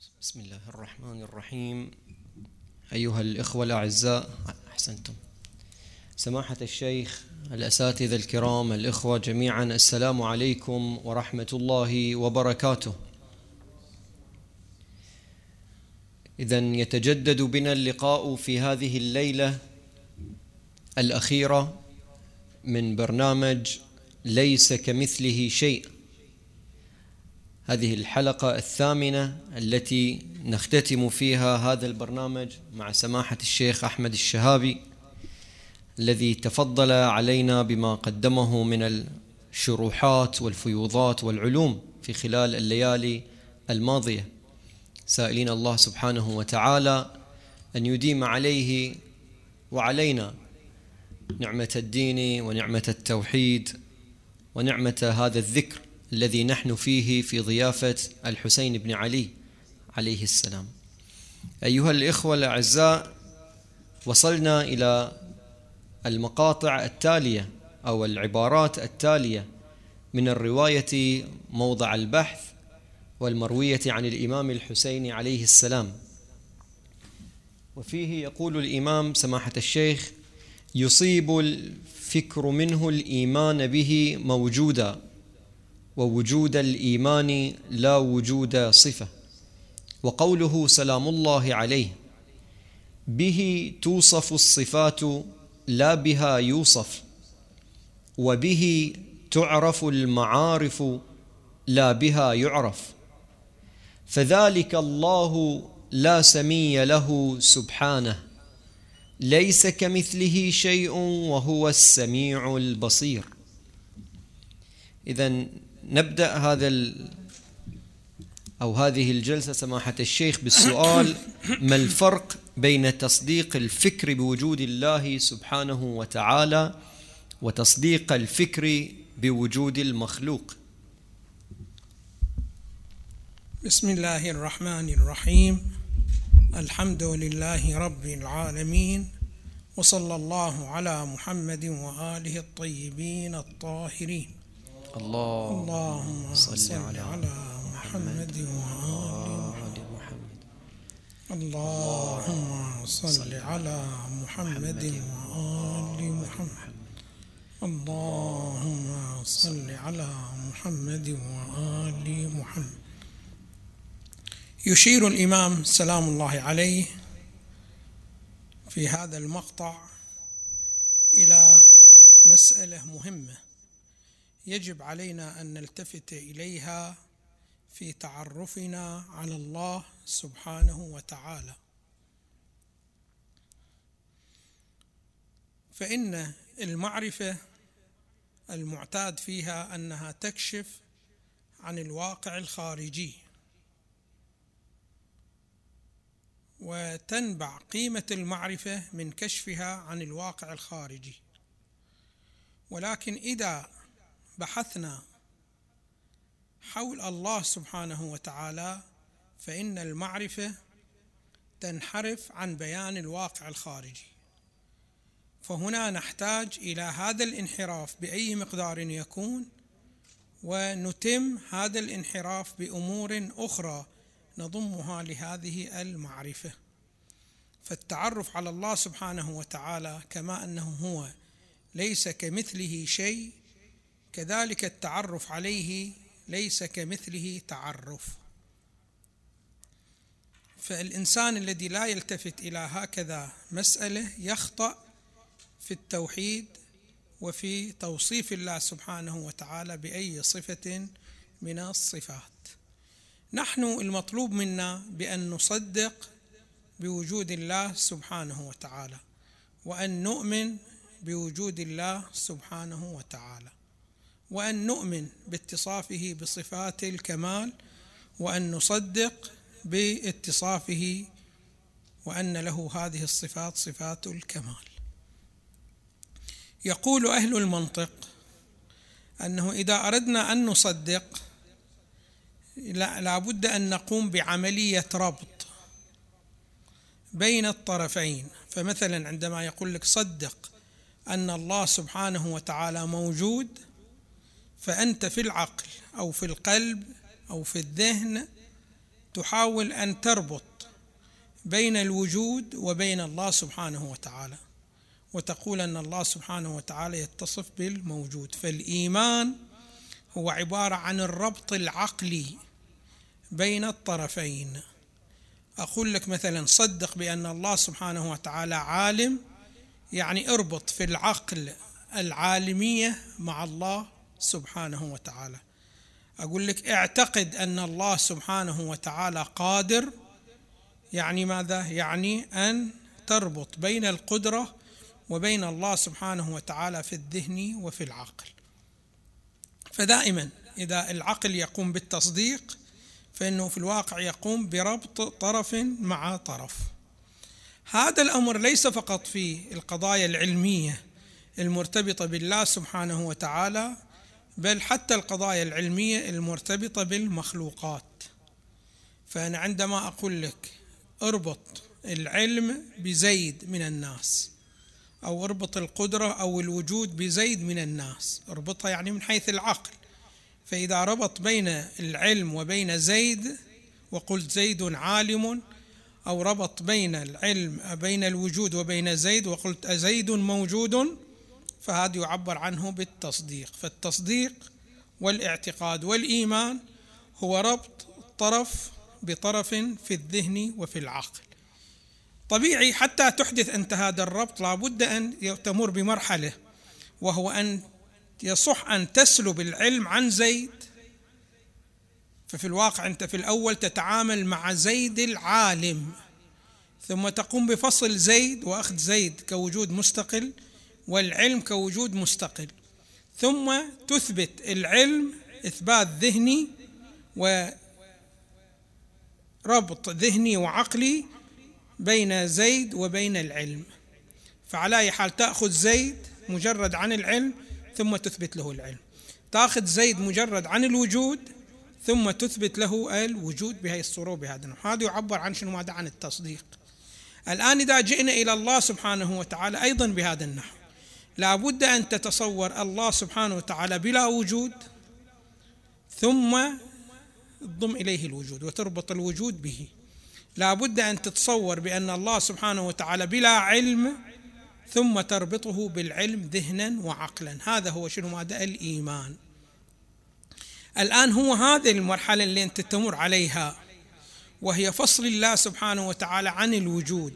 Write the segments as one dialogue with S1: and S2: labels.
S1: بسم الله الرحمن الرحيم. أيها الإخوة الأعزاء، أحسنتم. سماحة الشيخ، الأساتذة الكرام، الإخوة جميعا، السلام عليكم ورحمة الله وبركاته. إذن يتجدد بنا اللقاء في هذه الليلة الأخيرة من برنامج ليس كمثله شيء، هذه الحلقة الثامنة التي نختتم فيها هذا البرنامج مع سماحة الشيخ أحمد الشهابي الذي تفضل علينا بما قدمه من الشروحات والفيوضات والعلوم في خلال الليالي الماضية، سائلين الله سبحانه وتعالى أن يديم عليه وعلينا نعمة الدين ونعمة التوحيد ونعمة هذا الذكر الذي نحن فيه في ضيافة الحسين بن علي عليه السلام. أيها الإخوة الأعزاء، وصلنا إلى المقاطع التالية أو العبارات التالية من الرواية موضع البحث والمروية عن الإمام الحسين عليه السلام، وفيه يقول الإمام سماحة الشيخ: يصيب الفكر منه الإيمان به موجودا، ووجود الإيمان لا وجود صفة. وقوله سلام الله عليه: به توصف الصفات لا بها يوصف، وبه تعرف المعارف لا بها يعرف، فذلك الله لا سمي له سبحانه، ليس كمثله شيء وهو السميع البصير. إذن نبدأ هذه الجلسة سماحة الشيخ بالسؤال: ما الفرق بين تصديق الفكر بوجود الله سبحانه وتعالى وتصديق الفكر بوجود المخلوق؟
S2: بسم الله الرحمن الرحيم. الحمد لله رب العالمين، وصلى الله على محمد وآله الطيبين الطاهرين. اللهم صل على محمد وآل محمد. اللهم صل على محمد وآل محمد. اللهم صل على محمد وآل محمد. يشير الإمام سلام الله عليه في هذا المقطع إلى مسألة مهمة يجب علينا أن نلتفت إليها في تعرفنا على الله سبحانه وتعالى. فإن المعرفة المعتاد فيها أنها تكشف عن الواقع الخارجي، وتنبع قيمة المعرفة من كشفها عن الواقع الخارجي. ولكن إذا بحثنا حول الله سبحانه وتعالى فإن المعرفة تنحرف عن بيان الواقع الخارجي، فهنا نحتاج إلى هذا الانحراف بأي مقدار يكون، ونتم هذا الانحراف بأمور أخرى نضمها لهذه المعرفة. فالتعرف على الله سبحانه وتعالى كما أنه هو ليس كمثله شيء، كذلك التعرف عليه ليس كمثله تعرف. فالإنسان الذي لا يلتفت إلى هكذا مسألة يخطأ في التوحيد وفي توصيف الله سبحانه وتعالى بأي صفة من الصفات. نحن المطلوب منا بأن نصدق بوجود الله سبحانه وتعالى، وأن نؤمن بوجود الله سبحانه وتعالى، وأن نؤمن باتصافه بصفات الكمال، وأن نصدق باتصافه وأن له هذه الصفات صفات الكمال. يقول أهل المنطق أنه إذا أردنا أن نصدق لا بد أن نقوم بعملية ربط بين الطرفين. فمثلا عندما يقول لك صدق أن الله سبحانه وتعالى موجود، فأنت في العقل أو في القلب أو في الذهن تحاول أن تربط بين الوجود وبين الله سبحانه وتعالى، وتقول أن الله سبحانه وتعالى يتصف بالموجود. فالإيمان هو عبارة عن الربط العقلي بين الطرفين. أقول لك مثلا صدق بأن الله سبحانه وتعالى عالم، يعني اربط في العقل العالمية مع الله سبحانه وتعالى. أقول لك اعتقد أن الله سبحانه وتعالى قادر، يعني ماذا؟ يعني أن تربط بين القدرة وبين الله سبحانه وتعالى في الذهن وفي العقل. فدائما إذا العقل يقوم بالتصديق فإنه في الواقع يقوم بربط طرف مع طرف. هذا الأمر ليس فقط في القضايا العلمية المرتبطة بالله سبحانه وتعالى، بل حتى القضايا العلمية المرتبطة بالمخلوقات. فأنا عندما أقول لك اربط العلم بزيد من الناس، أو اربط القدرة أو الوجود بزيد من الناس، اربطها يعني من حيث العقل. فإذا ربط بين العلم وبين زيد وقلت زيد عالم، أو ربط بين العلم بين الوجود وبين زيد وقلت زيد موجود، فهذا يعبر عنه بالتصديق. فالتصديق والاعتقاد والإيمان هو ربط طرف بطرف في الذهن وفي العقل. طبيعي حتى تحدث أنت هذا الربط لابد أن تمر بمرحلة، وهو أن يصح أن تسلب العلم عن زيد. ففي الواقع أنت في الأول تتعامل مع زيد العالم، ثم تقوم بفصل زيد وأخذ زيد كوجود مستقل والعلم كوجود مستقل، ثم تثبت العلم إثبات ذهني وربط ذهني وعقلي بين زيد وبين العلم. فعلى أي حال تأخذ زيد مجرد عن العلم ثم تثبت له العلم، تأخذ زيد مجرد عن الوجود ثم تثبت له الوجود بهذه الصورة وبهذا النوع. هذا يعبر عن شنو؟ ماذا؟ عن التصديق. الآن إذا جئنا إلى الله سبحانه وتعالى أيضا بهذا النحو، لابد أن تتصور الله سبحانه وتعالى بلا وجود ثم تضم إليه الوجود وتربط الوجود به. لابد أن تتصور بأن الله سبحانه وتعالى بلا علم ثم تربطه بالعلم ذهنا وعقلا. هذا هو شنو؟ ماذا؟ الإيمان. الآن هو هذه المرحلة اللي أنت تمر عليها، وهي فصل الله سبحانه وتعالى عن الوجود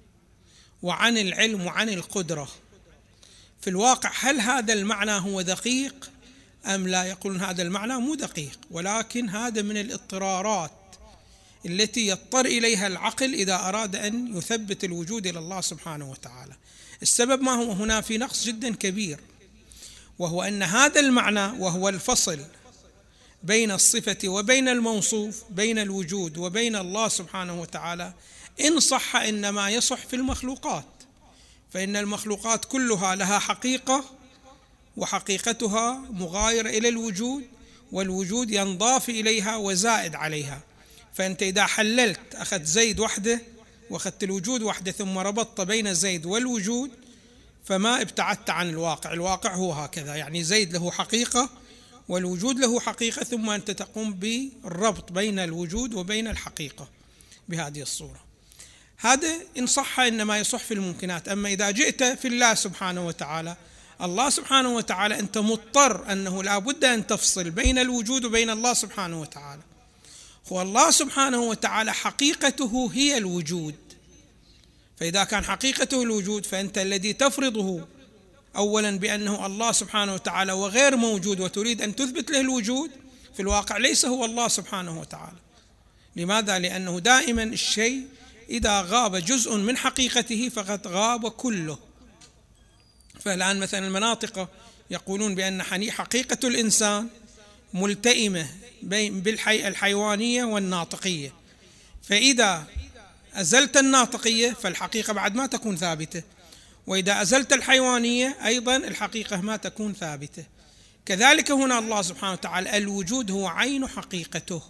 S2: وعن العلم وعن القدرة. في الواقع هل هذا المعنى هو دقيق أم لا؟ يقولون هذا المعنى مو دقيق، ولكن هذا من الاضطرارات التي يضطر إليها العقل إذا أراد أن يثبت الوجود إلى الله سبحانه وتعالى. السبب ما هو؟ هنا في نقص جدا كبير، وهو أن هذا المعنى وهو الفصل بين الصفة وبين الموصوف، بين الوجود وبين الله سبحانه وتعالى، إن صح إنما يصح في المخلوقات. فإن المخلوقات كلها لها حقيقة، وحقيقتها مغايرة إلى الوجود، والوجود ينضاف إليها وزائد عليها. فأنت إذا حللت أخذت زيد وحده وأخذت الوجود وحده ثم ربطت بين زيد والوجود، فما ابتعدت عن الواقع. الواقع هو هكذا، يعني زيد له حقيقة والوجود له حقيقة، ثم أنت تقوم بالربط بين الوجود وبين الحقيقة بهذه الصورة. هذا إن صح إنما يصح في الممكنات. أما إذا جئت في الله سبحانه وتعالى، الله سبحانه وتعالى أنت مضطر أنه لا بد أن تفصل بين الوجود وبين الله سبحانه وتعالى. هو الله سبحانه وتعالى حقيقته هي الوجود، فإذا كان حقيقته الوجود فأنت الذي تفرضه أولا بأنه الله سبحانه وتعالى وغير موجود وتريد أن تثبت له الوجود، في الواقع ليس هو الله سبحانه وتعالى. لماذا؟ لأنه دائما الشيء إذا غاب جزء من حقيقته فقد غاب كله. فالآن مثلا المناطق يقولون بأن حقيقة الإنسان ملتئمة بالحيوانية والناطقية، فإذا أزلت الناطقية فالحقيقة بعد ما تكون ثابتة، وإذا أزلت الحيوانية أيضا الحقيقة ما تكون ثابتة. كذلك هنا الله سبحانه وتعالى الوجود هو عين حقيقته.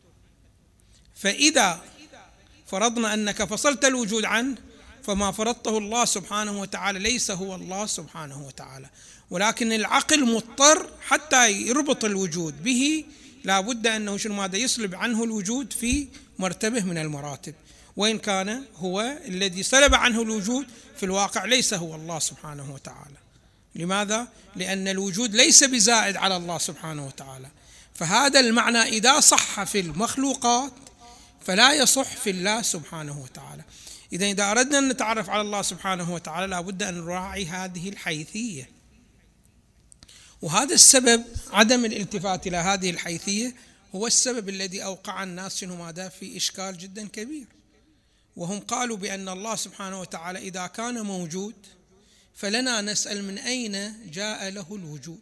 S2: فإذا فرضنا أنك فصلت الوجود عنه فما فرضته الله سبحانه وتعالى ليس هو الله سبحانه وتعالى، ولكن العقل مضطر حتى يربط الوجود به لا بد أنه شنو ماذا يسلب عنه الوجود في مرتبة من المراتب، وإن كان هو الذي سلب عنه الوجود في الواقع ليس هو الله سبحانه وتعالى. لماذا؟ لأن الوجود ليس بزائد على الله سبحانه وتعالى. فهذا المعنى إذا صح في المخلوقات فلا يصح في الله سبحانه وتعالى. إذا أردنا أن نتعرف على الله سبحانه وتعالى لا بد أن نراعي هذه الحيثية، وهذا السبب عدم الالتفات إلى هذه الحيثية هو السبب الذي أوقع الناس ماذا في إشكال جدا كبير. وهم قالوا بأن الله سبحانه وتعالى إذا كان موجود فلنا نسأل من أين جاء له الوجود.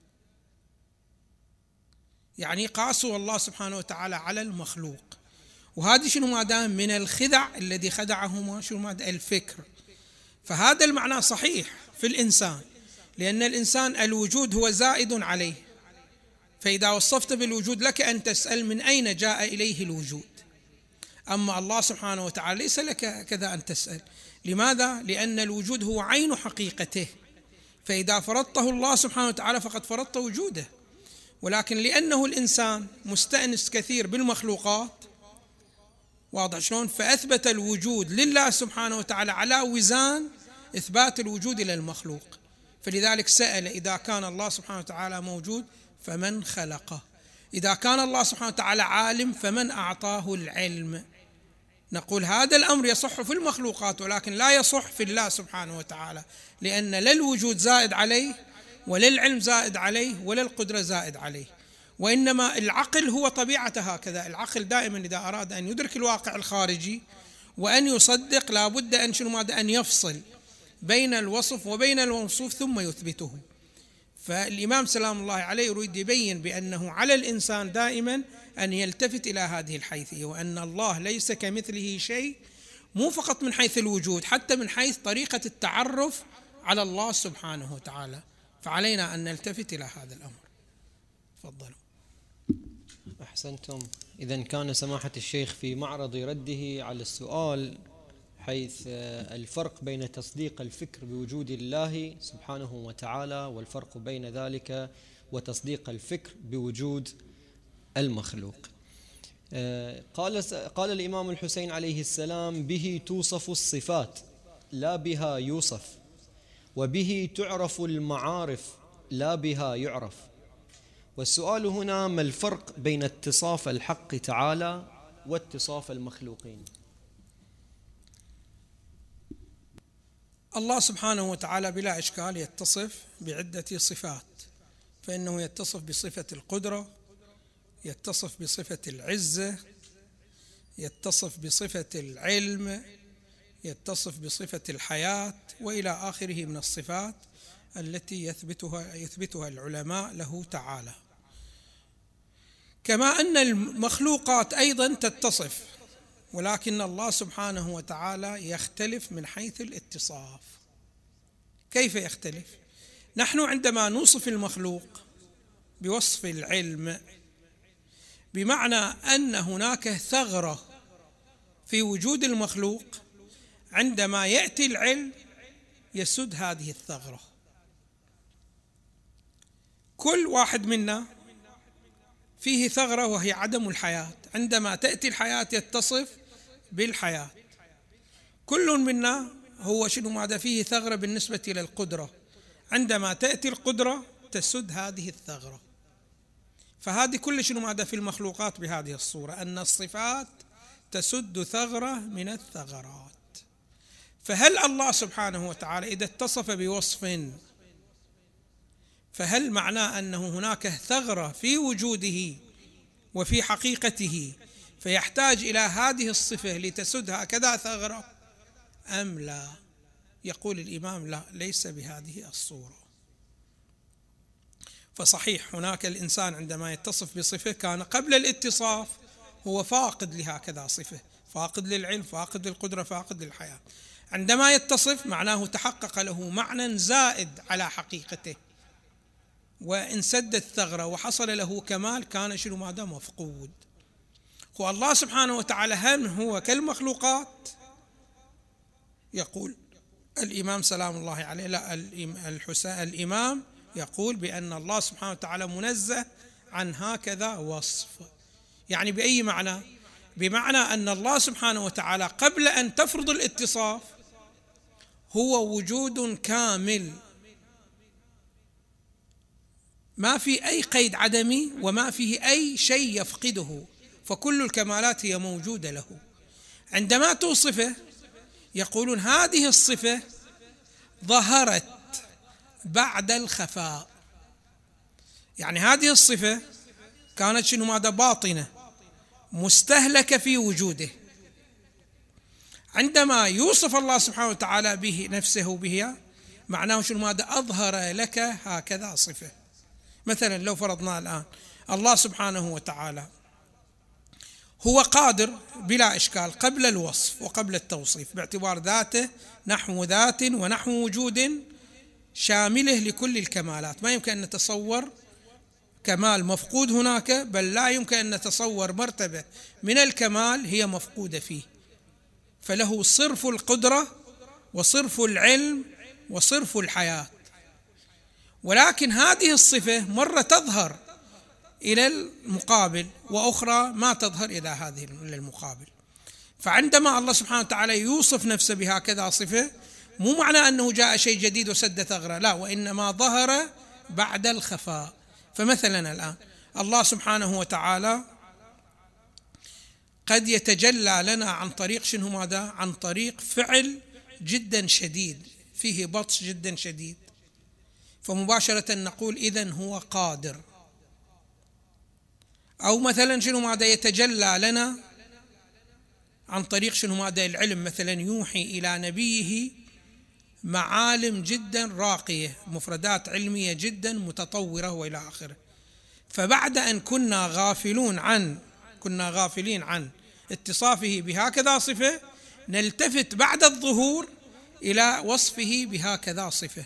S2: يعني قاسوا الله سبحانه وتعالى على المخلوق، وهذه ماذا من الخدع الذي خدعهم ماذا الفكر. فهذا المعنى صحيح في الإنسان، لأن الإنسان الوجود هو زائد عليه، فإذا وصفت بالوجود لك أن تسأل من أين جاء إليه الوجود. أما الله سبحانه وتعالى ليس لك كذا أن تسأل. لماذا؟ لأن الوجود هو عين حقيقته، فإذا فرضته الله سبحانه وتعالى فقد فرضت وجوده. ولكن لأنه الإنسان مستأنس كثير بالمخلوقات، واضح شلون؟ فأثبت الوجود لله سبحانه وتعالى على وزان إثبات الوجود إلى المخلوق. فلذلك سأل إذا كان الله سبحانه وتعالى موجود فمن خلقه؟ إذا كان الله سبحانه وتعالى عالم فمن أعطاه العلم؟ نقول هذا الأمر يصح في المخلوقات ولكن لا يصح في الله سبحانه وتعالى، لأن لا الوجود زائد عليه ولا العلم زائد عليه ولا القدرة زائد عليه، وإنما العقل هو طبيعته هكذا. العقل دائما إذا أراد أن يدرك الواقع الخارجي وأن يصدق لا بد أن يفصل بين الوصف وبين الموصوف ثم يثبته. فالإمام سلام الله عليه يريد يبين بأنه على الإنسان دائما أن يلتفت إلى هذه الحيثية، وأن الله ليس كمثله شيء، مو فقط من حيث الوجود، حتى من حيث طريقة التعرف على الله سبحانه وتعالى. فعلينا أن نلتفت إلى هذا الأمر. تفضلوا.
S1: أحسنتم. إذن كان سماحة الشيخ في معرض رده على السؤال حيث الفرق بين تصديق الفكر بوجود الله سبحانه وتعالى والفرق بين ذلك وتصديق الفكر بوجود المخلوق. قال الإمام الحسين عليه السلام: به توصف الصفات لا بها يوصف، وبه تعرف المعارف لا بها يعرف. والسؤال هنا: ما الفرق بين اتصاف الحق تعالى واتصاف المخلوقين؟
S2: الله سبحانه وتعالى بلا إشكال يتصف بعدة صفات، فإنه يتصف بصفة القدرة، يتصف بصفة العزة، يتصف بصفة العلم، يتصف بصفة الحياة، وإلى آخره من الصفات التي يثبتها العلماء له تعالى. كما أن المخلوقات أيضا تتصف، ولكن الله سبحانه وتعالى يختلف من حيث الاتصاف. كيف يختلف؟ نحن عندما نوصف المخلوق بوصف العلم، بمعنى أن هناك ثغرة في وجود المخلوق، عندما يأتي العلم يسد هذه الثغرة. كل واحد منا فيه ثغرة وهي عدم الحياة، عندما تأتي الحياة يتصف بالحياة. كل منا هو ماذا فيه ثغرة بالنسبة إلى القدرة، عندما تأتي القدرة تسد هذه الثغرة. فهذه كل ماذا في المخلوقات بهذه الصورة، أن الصفات تسد ثغرة من الثغرات. فهل الله سبحانه وتعالى إذا اتصف بوصف فهل معناه أنه هناك ثغرة في وجوده وفي حقيقته فيحتاج إلى هذه الصفة لتسد هكذا ثغرة أم لا؟ يقول الإمام: لا، ليس بهذه الصورة. فصحيح هناك الإنسان عندما يتصف بصفة كان قبل الاتصاف هو فاقد لهكذا صفة، فاقد للعلم، فاقد للقدرة، فاقد للحياة. عندما يتصف معناه تحقق له معنى زائد على حقيقته، وإن سد الثغرة وحصل له كمال كان ماذا مفقود. هو الله سبحانه وتعالى هل هو كالمخلوقات؟ يقول الإمام سلام الله عليه لا، الإمام يقول بأن الله سبحانه وتعالى منزه عن هكذا وصف. يعني بأي معنى؟ بمعنى أن الله سبحانه وتعالى قبل أن تفرض الاتصاف هو وجود كامل، ما في أي قيد عدمي وما فيه أي شيء يفقده، فكل الكمالات هي موجودة له. عندما توصفه يقولون هذه الصفة ظهرت بعد الخفاء، يعني هذه الصفة كانت شنو ماذا؟ باطنة مستهلكة في وجوده. عندما يوصف الله سبحانه وتعالى به نفسه بها معناه شنو ماذا؟ أظهر لك هكذا صفة. مثلا لو فرضنا الآن الله سبحانه وتعالى هو قادر بلا إشكال قبل الوصف وقبل التوصيف باعتبار ذاته نحو ذات ونحو وجود شامله لكل الكمالات، ما يمكن أن نتصور كمال مفقود هناك، بل لا يمكن أن نتصور مرتبة من الكمال هي مفقودة فيه، فله صرف القدرة وصرف العلم وصرف الحياة. ولكن هذه الصفة مرة تظهر إلى المقابل وأخرى ما تظهر إلى هذه المقابل. فعندما الله سبحانه وتعالى يوصف نفسه بهكذا صفة مو معنى أنه جاء شيء جديد وسد ثغرة، لا، وإنما ظهر بعد الخفاء. فمثلا الآن الله سبحانه وتعالى قد يتجلى لنا عن طريق شنو ماذا؟ عن طريق فعل جدا شديد فيه بطش جدا شديد، فمباشرة نقول إذن هو قادر. أو مثلا شنو ماذا؟ يتجلى لنا عن طريق شنو ماذا؟ العلم، مثلا يوحي إلى نبيه معالم جدا راقية، مفردات علمية جدا متطورة وإلى آخره. فبعد أن كنا غافلين عن اتصافه بهكذا صفة نلتفت بعد الظهور إلى وصفه بهكذا صفة.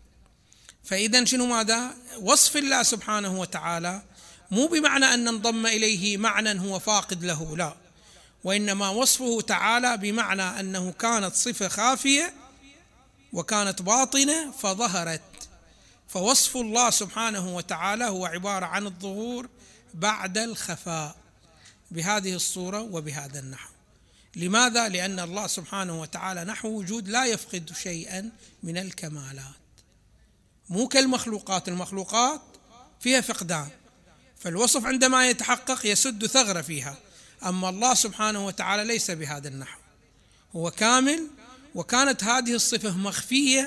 S2: فإذا شنو ماذا؟ وصف الله سبحانه وتعالى مو بمعنى أن ننضم إليه معنى هو فاقد له، لا، وإنما وصفه تعالى بمعنى أنه كانت صفة خافية وكانت باطنة فظهرت. فوصف الله سبحانه وتعالى هو عبارة عن الظهور بعد الخفاء بهذه الصورة وبهذا النحو. لماذا؟ لأن الله سبحانه وتعالى نحو وجود لا يفقد شيئا من الكمالات، مو كالمخلوقات، المخلوقات فيها فقدان، فالوصف عندما يتحقق يسد ثغرة فيها. أما الله سبحانه وتعالى ليس بهذا النحو، هو كامل، وكانت هذه الصفة مخفية،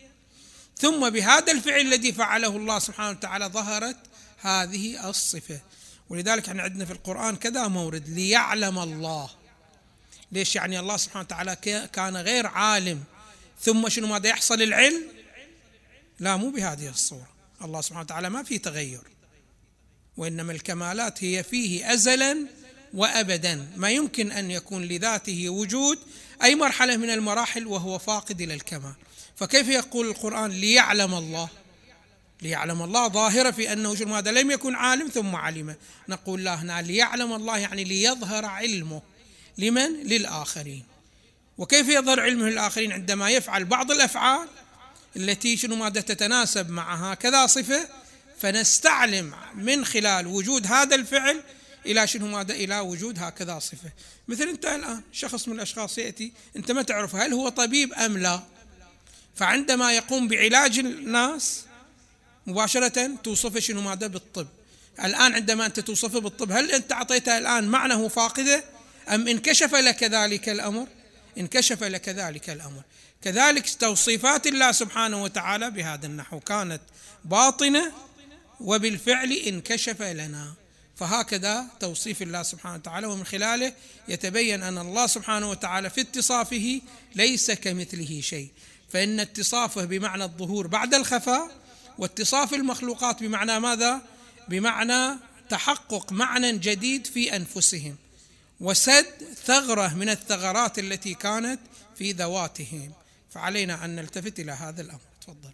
S2: ثم بهذا الفعل الذي فعله الله سبحانه وتعالى ظهرت هذه الصفة. ولذلك احنا عندنا في القرآن كذا مورد ليعلم الله. ليش؟ يعني الله سبحانه وتعالى كان غير عالم ثم شنو ماذا يحصل العلم؟ لا، مو بهذه الصورة. الله سبحانه وتعالى ما فيه تغير، وإنما الكمالات هي فيه أزلا وأبدا، ما يمكن أن يكون لذاته وجود أي مرحلة من المراحل وهو فاقد إلى الكمال. فكيف يقول القرآن ليعلم الله؟ ليعلم الله ظاهرة في أنه شنو هذا؟ لم يكن عالم ثم علم. نقول لا، هنا ليعلم الله يعني ليظهر علمه. لمن؟ للآخرين. وكيف يظهر علمه للآخرين؟ عندما يفعل بعض الأفعال التي شنو ماذا تتناسب مع هكذا صفة، فنستعلم من خلال وجود هذا الفعل إلى شنو ماذا؟ إلى وجود هكذا صفة. مثل أنت الآن شخص من الأشخاص يأتي أنت ما تعرف هل هو طبيب أم لا، فعندما يقوم بعلاج الناس مباشرة توصفه شنو ماذا؟ بالطب. الآن عندما أنت توصفه بالطب هل أنت أعطيته الآن معنى فاقده أم انكشف لك ذلك الأمر؟ انكشف لك ذلك الأمر. كذلك توصيفات الله سبحانه وتعالى بهذا النحو كانت باطنة وبالفعل انكشف لنا. فهكذا توصيف الله سبحانه وتعالى، ومن خلاله يتبين أن الله سبحانه وتعالى في اتصافه ليس كمثله شيء، فإن اتصافه بمعنى الظهور بعد الخفاء، واتصاف المخلوقات بمعنى ماذا؟ بمعنى تحقق معنى جديد في أنفسهم وسد ثغرة من الثغرات التي كانت في ذواتهم. فعلينا أن نلتفت إلى هذا الأمر. تفضل.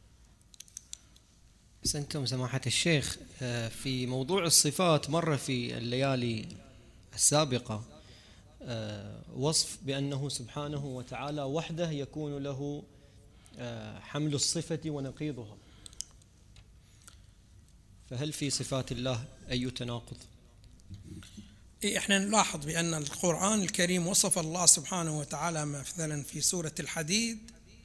S1: أحسنتم سماحة الشيخ. في موضوع الصفات مر في الليالي السابقة وصف بأنه سبحانه وتعالى وحده يكون له حمل الصفة ونقيضها. فهل في صفات الله أي تناقض؟
S2: احنا نلاحظ بأن القرآن الكريم وصف الله سبحانه وتعالى مثلا في سورة الحديد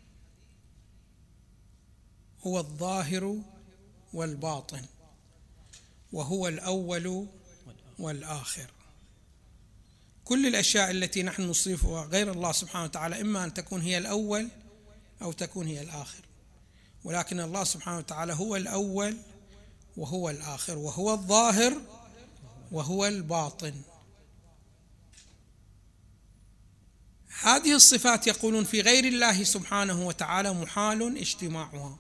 S2: هو الظاهر والباطن وهو الأول والآخر. كل الأشياء التي نحن نصفها غير الله سبحانه وتعالى إما أن تكون هي الأول أو تكون هي الآخر، ولكن الله سبحانه وتعالى هو الأول وهو الآخر وهو الظاهر وهو الباطن. هذه الصفات يقولون في غير الله سبحانه وتعالى محال اجتماعها،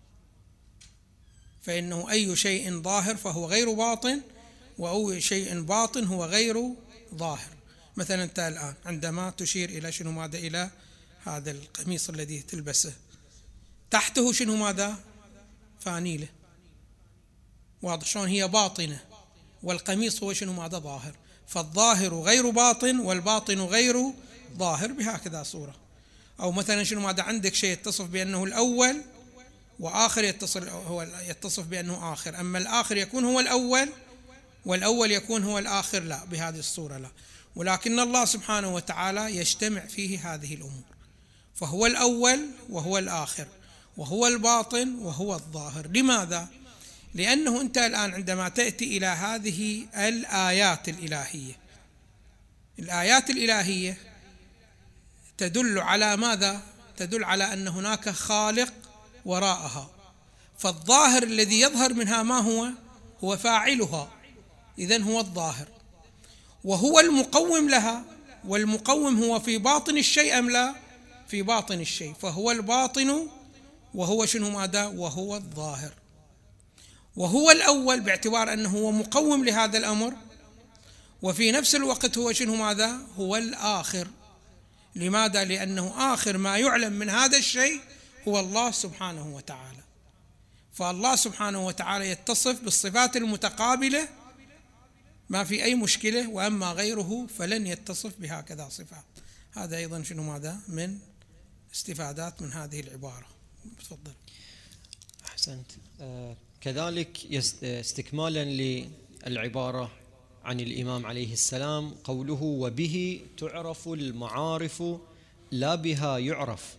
S2: فإنه أي شيء ظاهر فهو غير باطن، وأي شيء باطن هو غير ظاهر. مثلا أنت الآن عندما تشير إلى شنو ماذا؟ إلى هذا القميص الذي تلبسه، تحته شنو ماذا؟ فانيلة، واضح شلون؟ هي باطنة، والقميص هو شنو ماذا؟ ظاهر. فالظاهر غير باطن والباطن غير ظاهر بهكذا صورة. أو مثلا شنو ماذا؟ عندك شيء يتصف بأنه الأول وآخر يتصف بأنه آخر، أما الآخر يكون هو الأول والأول يكون هو الآخر، لا، بهذه الصورة لا. ولكن الله سبحانه وتعالى يجتمع فيه هذه الأمور، فهو الأول وهو الآخر وهو الباطن وهو الظاهر. لماذا؟ لأنه أنت الآن عندما تأتي إلى هذه الآيات الإلهية، الآيات الإلهية تدل على ماذا؟ تدل على أن هناك خالق وراءها، فالظاهر الذي يظهر منها ما هو؟ هو فاعلها، إذن هو الظاهر، وهو المقوم لها، والمقوم هو في باطن الشيء أم لا؟ في باطن الشيء، فهو الباطن وهو شنو ماذا؟ وهو الظاهر. وهو الأول باعتبار أنه هو مقوم لهذا الأمر، وفي نفس الوقت هو شنو ماذا؟ هو الآخر. لماذا؟ لأنه آخر ما يعلم من هذا الشيء هو الله سبحانه وتعالى. فالله سبحانه وتعالى يتصف بالصفات المتقابلة ما في أي مشكلة، وأما غيره فلن يتصف بهكذا صفات. هذا أيضا شنو ماذا؟ من استفادات من هذه العبارة. تفضل.
S1: أحسنت. كذلك استكمالا للعبارة عن الإمام عليه السلام قوله وبه تعرف المعارف لا بها يعرف،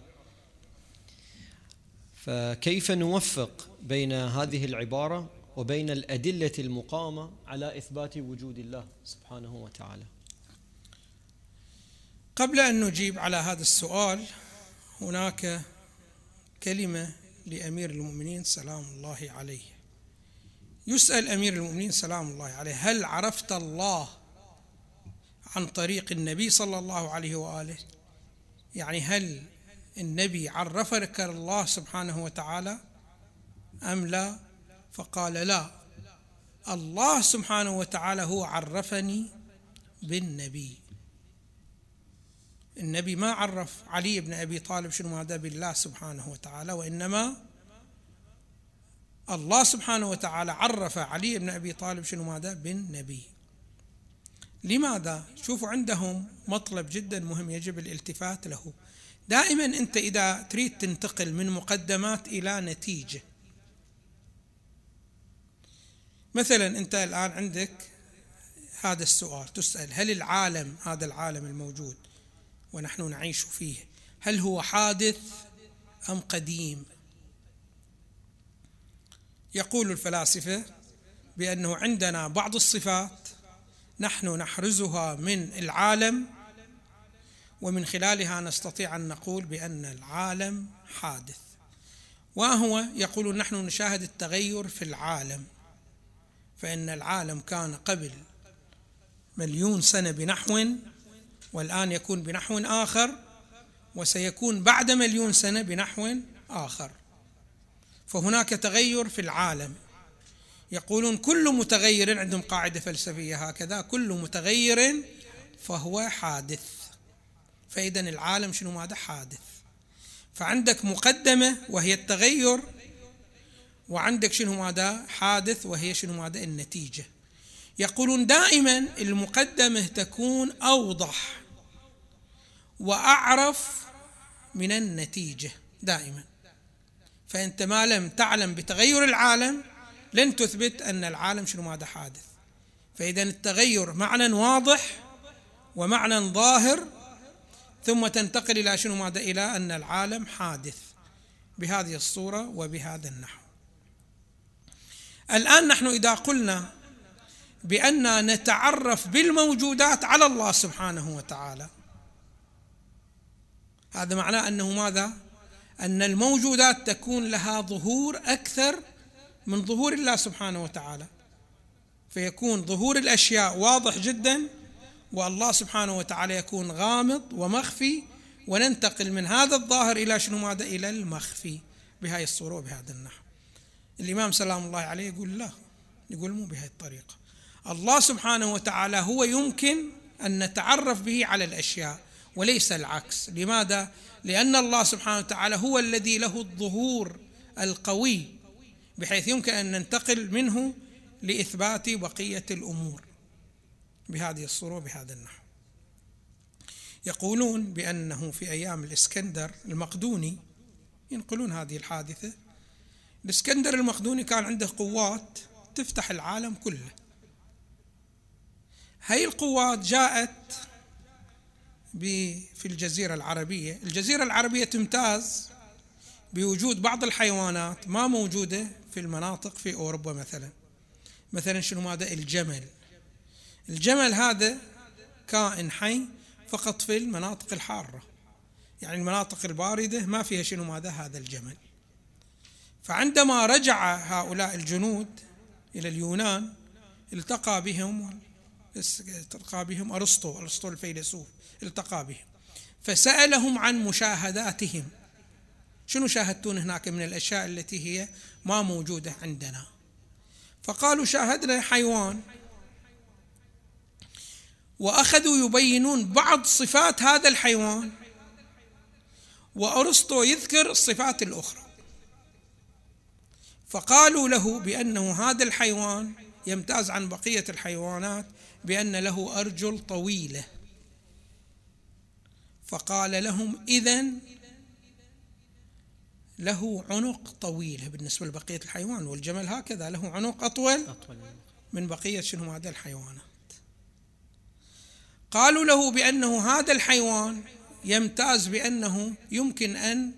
S1: فكيف نوفق بين هذه العبارة وبين الأدلة المقامة على إثبات وجود الله سبحانه وتعالى؟
S2: قبل أن نجيب على هذا السؤال هناك كلمة لأمير المؤمنين سلام الله عليه. يسأل أمير المؤمنين سلام الله عليه: هل عرفت الله عن طريق النبي صلى الله عليه وآله؟ يعني هل النبي عرفك الله سبحانه وتعالى أم لا؟ فقال لا، الله سبحانه وتعالى هو عرفني بالنبي. النبي ما عرف علي بن أبي طالب شنو هذا بالله سبحانه وتعالى، وإنما الله سبحانه وتعالى عرف علي بن أبي طالب شنو هذا بالنبي. لماذا؟ شوفوا عندهم مطلب جدا مهم يجب الالتفات له. دائما أنت إذا تريد تنتقل من مقدمات إلى نتيجة، مثلا أنت الآن عندك هذا السؤال، تسأل: هل العالم، هذا العالم الموجود ونحن نعيش فيه، هل هو حادث أم قديم؟ يقول الفلاسفة بأنه عندنا بعض الصفات نحن نحرزها من العالم، ومن خلالها نستطيع أن نقول بأن العالم حادث. وهو يقول نحن نشاهد التغير في العالم، فإن العالم كان قبل 1,000,000 سنة بنحو، والآن يكون بنحو آخر، وسيكون بعد 1,000,000 سنة بنحو آخر، فهناك تغير في العالم. يقولون كل متغير، عندهم قاعدة فلسفية هكذا: كل متغير فهو حادث. فإذن العالم شنو هذا؟ حادث. فعندك مقدمة وهي التغير، وعندك شنو هذا؟ حادث وهي شنو هذا؟ النتيجة. يقولون دائما المقدمة تكون أوضح وأعرف من النتيجة دائما. فأنت ما لم تعلم بتغير العالم لن تثبت أن العالم شنو ماذا حادث. فإذا التغير معنى واضح ومعنى ظاهر، ثم تنتقل إلى شنو ماذا؟ إلى أن العالم حادث بهذه الصورة وبهذا النحو. الآن نحن إذا قلنا بأننا نتعرف بالموجودات على الله سبحانه وتعالى، هذا معناه أنه ماذا؟ أن الموجودات تكون لها ظهور أكثر من ظهور الله سبحانه وتعالى، فيكون ظهور الأشياء واضح جدا، والله سبحانه وتعالى يكون غامض ومخفي، وننتقل من هذا الظاهر إلى شنو ماذا؟ إلى المخفي بهذه الصورة وبهذا النحو. الإمام سلام الله عليه يقول لا، يقول مو بهذه الطريقة. الله سبحانه وتعالى هو يمكن أن نتعرف به على الأشياء وليس العكس. لماذا؟ لأن الله سبحانه وتعالى هو الذي له الظهور القوي بحيث يمكن أن ننتقل منه لإثبات بقية الأمور بهذه الصورة وبهذا النحو. يقولون بأنه في أيام الإسكندر المقدوني، ينقلون هذه الحادثة، الإسكندر المقدوني كان عنده قوات تفتح العالم كله. هاي القوات جاءت في الجزيرة العربية. الجزيرة العربية تمتاز بوجود بعض الحيوانات ما موجودة في المناطق في أوروبا. مثلا شنو ماذا؟ الجمل هذا كائن حي فقط في المناطق الحارة، يعني المناطق الباردة ما فيها شنو ماذا؟ هذا الجمل. فعندما رجع هؤلاء الجنود إلى اليونان التقى بهم أرسطو الفيلسوف، التقى بهم فسألهم عن مشاهداتهم، شنو شاهدتون هناك من الأشياء التي هي ما موجودة عندنا؟ فقالوا شاهدنا حيوان، وأخذوا يبينون بعض صفات هذا الحيوان، وأرسطو يذكر الصفات الأخرى. فقالوا له بأنه هذا الحيوان يمتاز عن بقية الحيوانات بأن له أرجل طويلة. فقال لهم إذن له عنق طويلة بالنسبة لبقية الحيوان، والجمل هكذا له عنق أطول من بقية شنو هذا الحيوانات. قالوا له بأنه هذا الحيوان يمتاز بأنه يمكن أن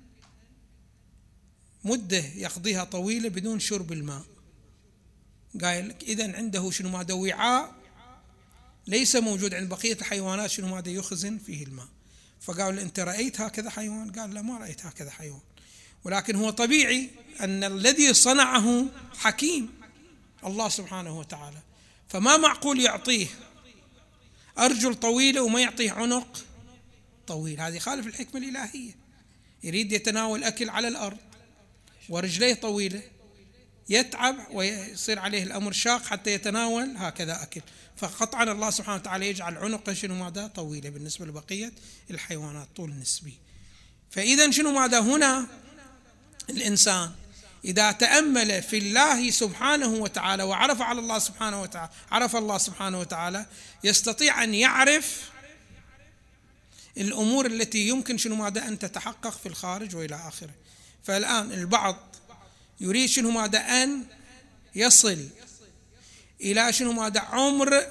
S2: مدة يقضيها طويلة بدون شرب الماء. قال لك إذن عنده شنو ماذا؟ وعاء ليس موجود عند بقية الحيوانات شنو ماذا؟ يخزن فيه الماء. فقالوا أنت رأيت هكذا حيوان؟ قال لا، ما رأيت هكذا حيوان، ولكن هو طبيعي أن الذي صنعه حكيم الله سبحانه وتعالى، فما معقول يعطيه أرجل طويلة وما يعطيه عنق طويل. هذه خالف الحكمة الإلهية. يريد يتناول أكل على الأرض ورجليه طويلة، يتعب ويصير عليه الأمر شاق حتى يتناول هكذا أكل، فقطعا الله سبحانه وتعالى يجعل عنقه شنو ماذا؟ طويلة بالنسبة لبقية الحيوانات، طول نسبي. فإذا شنو ماذا؟ هنا الإنسان إذا تأمل في الله سبحانه وتعالى وعرف على الله سبحانه وتعالى، عرف الله سبحانه وتعالى، يستطيع أن يعرف الأمور التي يمكن شنو ماذا؟ أن تتحقق في الخارج وإلى آخره. فالآن البعض يريد شنو ماذا؟ أن يصل إلى شنو ماذا؟ عمر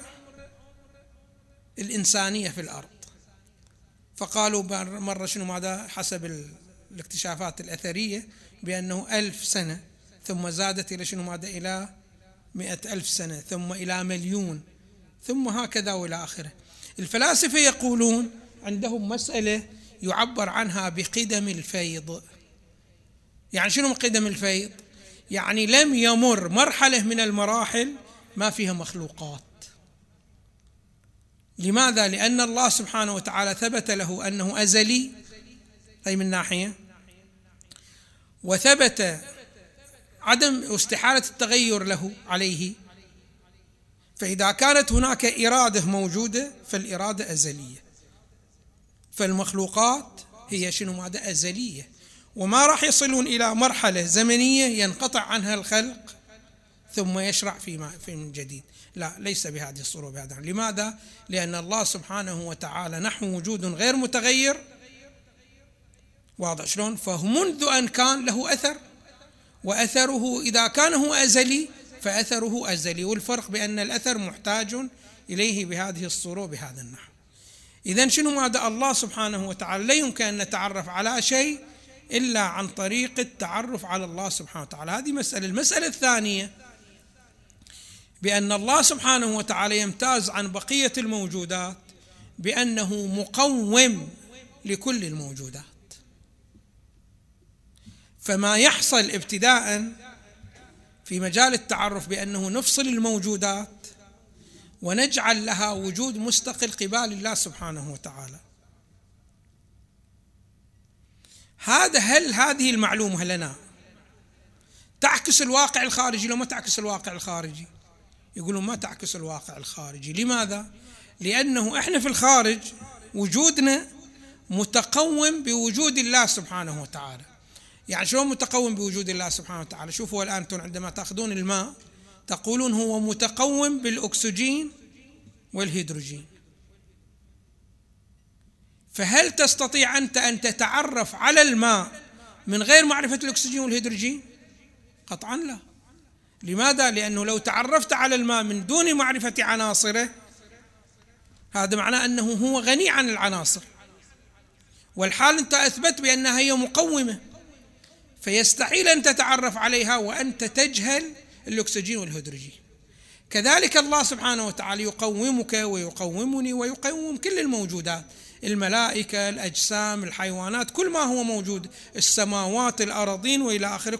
S2: الإنسانية في الأرض. فقالوا مرة شنو ماذا؟ حسب الاكتشافات الأثرية بأنه 1000 سنة، ثم زادت إلى شنو ماذا؟ إلى 100,000 سنة، ثم إلى 1,000,000، ثم هكذا وإلى آخره. الفلاسفة يقولون عندهم مسألة يعبر عنها بقدم الفيض. يعني شنو قدم الفيض؟ يعني لم يمر مرحلة من المراحل ما فيها مخلوقات. لماذا؟ لأن الله سبحانه وتعالى ثبت له أنه أزلي، أي من ناحية، وثبت عدم استحالة التغير له عليه. فإذا كانت هناك إرادة موجودة فالإرادة أزلية، فالمخلوقات هي شنو ماذا؟ أزلية، وما راح يصلون إلى مرحلة زمنية ينقطع عنها الخلق ثم يشرع في من جديد. لا، ليس بهذه الصورة بهذا. لماذا؟ لأن الله سبحانه وتعالى نحو وجود غير متغير، واضح شلون؟ فمنذ أن كان له أثر، وأثره إذا كان هو أزلي فأثره أزلي، والفرق بأن الأثر محتاج إليه بهذه الصورة وبهذا النحو. إذن شنو ماذا؟ الله سبحانه وتعالى لا يمكن أن نتعرف على شيء إلا عن طريق التعرف على الله سبحانه وتعالى. هذه مسألة. المسألة الثانية بأن الله سبحانه وتعالى يمتاز عن بقية الموجودات بأنه مقوم لكل الموجودات، فما يحصل ابتداء في مجال التعرف بأنه نفصل الموجودات ونجعل لها وجود مستقل قبال الله سبحانه وتعالى. هل هذه المعلومة لنا تعكس الواقع الخارجي لو ما تعكس الواقع الخارجي؟ يقولون ما تعكس الواقع الخارجي. لماذا؟ لأنه إحنا في الخارج وجودنا متقوم بوجود الله سبحانه وتعالى. يعني شلون متقوم بوجود الله سبحانه وتعالى؟ شوفوا الآن أنتم عندما تأخذون الماء تقولون هو متقوم بالأكسجين والهيدروجين، فهل تستطيع أنت أن تتعرف على الماء من غير معرفة الأكسجين والهيدروجين؟ قطعا لا. لماذا؟ لأنه لو تعرفت على الماء من دون معرفة عناصره هذا معناه أنه هو غني عن العناصر، والحال أنت أثبت بأنها هي مقومة، فيستحيل أن تتعرف عليها وأنت تجهل الأكسجين والهيدروجين. كذلك الله سبحانه وتعالى يقومك ويقومني ويقوم كل الموجودات، الملائكة، الأجسام، الحيوانات، كل ما هو موجود، السماوات، الأراضين وإلى آخره،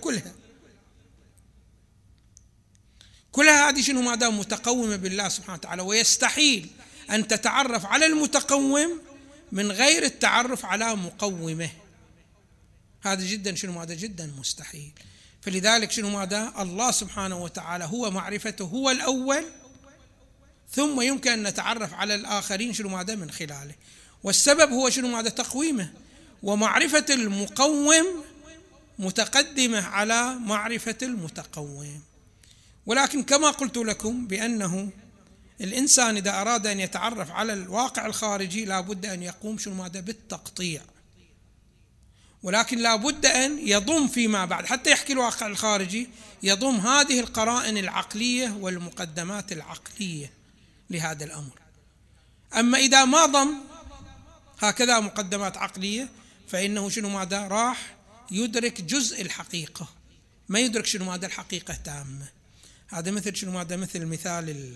S2: كلها هذه شنو؟ ما دام متقومة بالله سبحانه وتعالى، ويستحيل أن تتعرف على المتقوم من غير التعرف على مقومه. هذا جدا شنو؟ هذا جدا مستحيل. فلذلك شنو؟ ماذا؟ الله سبحانه وتعالى هو معرفته هو الأول، ثم يمكن أن نتعرف على الآخرين شنو؟ ماذا؟ من خلاله. والسبب هو شنو؟ ماذا؟ تقويمه، ومعرفة المقوم متقدمة على معرفة المتقوم. ولكن كما قلت لكم بأنه الإنسان إذا أراد أن يتعرف على الواقع الخارجي لا بد أن يقوم شنو؟ ماذا؟ بالتقطيع، ولكن لا بد أن يضم فيما بعد حتى يحكي الواقع الخارجي، يضم هذه القرائن العقلية والمقدمات العقلية لهذا الأمر. أما إذا ما ضم هكذا مقدمات عقلية فإنه شنو؟ ماذا؟ راح يدرك جزء الحقيقة، ما يدرك شنو؟ ماذا؟ الحقيقة تامة. هذا مثل شنو؟ ماذا؟ مثل مثال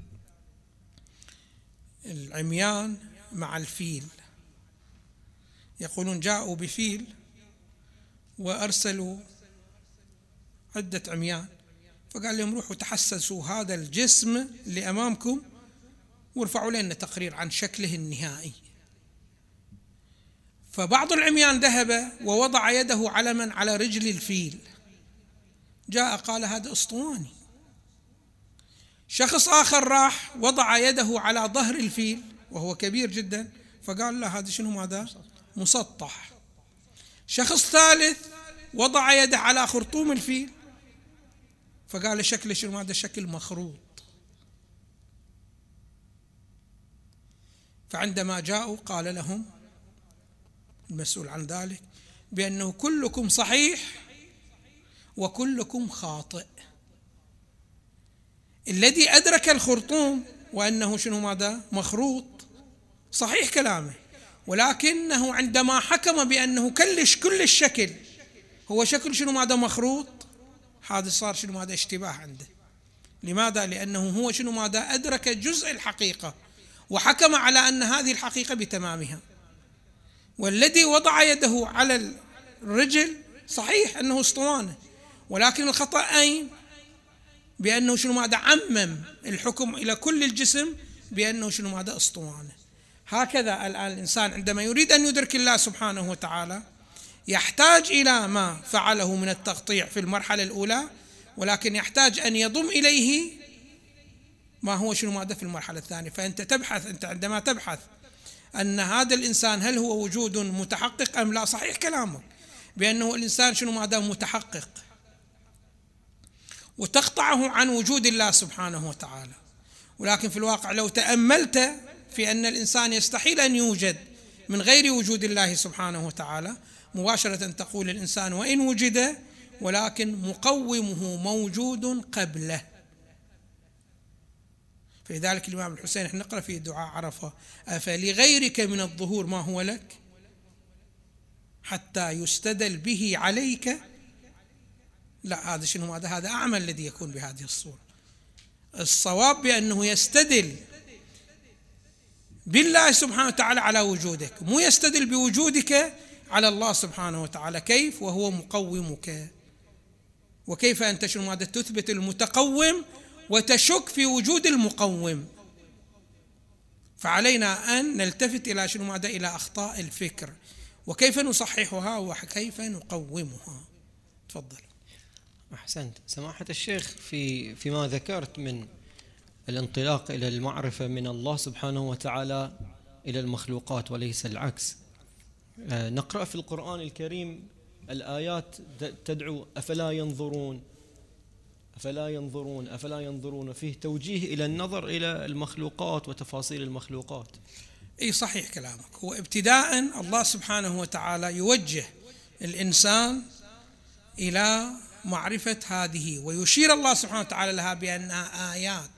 S2: العميان مع الفيل. يقولون جاءوا بفيل وأرسلوا عدة عميان، فقال لهم روحوا تحسسوا هذا الجسم اللي أمامكم وارفعوا لنا تقرير عن شكله النهائي. فبعض العميان ذهب ووضع يده علما على رجل الفيل، جاء قال هذا أسطواني. شخص آخر راح وضع يده على ظهر الفيل وهو كبير جدا، فقال لا هذا شنو؟ ماذا؟ مسطح. شخص ثالث وضع يده على خرطوم الفيل فقال شكله شنو؟ هذا شكل مخروط. فعندما جاءوا قال لهم المسؤول عن ذلك بأنه كلكم صحيح وكلكم خاطئ. الذي أدرك الخرطوم وأنه شنو؟ ماذا؟ مخروط، صحيح كلامه، ولكنه عندما حكم بأنه كل الشكل هو شكل شنو؟ ماذا؟ مخروط، هذا صار شنو؟ ماذا؟ اشتباه عنده. لماذا؟ لأنه هو شنو؟ ماذا؟ أدرك جزء الحقيقة وحكم على أن هذه الحقيقة بتمامها. والذي وضع يده على الرجل صحيح أنه اسطوانة، ولكن الخطأ أين؟ بأنه شنو؟ ماذا؟ عمم الحكم إلى كل الجسم بأنه شنو؟ ماذا؟ اسطوانة. هكذا الآن الإنسان عندما يريد أن يدرك الله سبحانه وتعالى يحتاج إلى ما فعله من التقطيع في المرحلة الأولى، ولكن يحتاج أن يضم إليه ما هو شنو؟ ماذا؟ في المرحلة الثانية. فأنت تبحث، أنت عندما تبحث أن هذا الإنسان هل هو وجود متحقق أم لا، صحيح كلامك بأنه الإنسان شنو؟ ماذا؟ متحقق، وتقطعه عن وجود الله سبحانه وتعالى. ولكن في الواقع لو تأملت في أن الإنسان يستحيل أن يوجد من غير وجود الله سبحانه وتعالى، مباشرة تقول الإنسان وإن وجد ولكن مقومه موجود قبله. فلذلك الإمام الحسين احنا نقرأ في دعاء عرفة: أفلغيرك من الظهور ما هو لك حتى يستدل به عليك. لا، هذا شنو هذا أعمى الذي يكون بهذه الصورة. الصواب بأنه يستدل بالله سبحانه وتعالى على وجودك، مو يستدل بوجودك على الله سبحانه وتعالى. كيف وهو مقومك؟ وكيف أنت شنو ماذا تثبت المتقوم وتشك في وجود المقوم؟ فعلينا أن نلتفت إلى شنو ماذا إلى أخطاء الفكر، وكيف نصححها وكيف نقومها. تفضل.
S1: أحسنت سماحة الشيخ. فيما ذكرت من الانطلاق إلى المعرفة من الله سبحانه وتعالى إلى المخلوقات وليس العكس، نقرأ في القرآن الكريم الآيات تدعو أفلا ينظرون أفلا ينظرون أفلا ينظرون، فيه توجيه إلى النظر إلى المخلوقات وتفاصيل المخلوقات.
S2: أي صحيح كلامك. هو ابتداء الله سبحانه وتعالى يوجه الإنسان إلى معرفة هذه، ويشير الله سبحانه وتعالى لها بأنها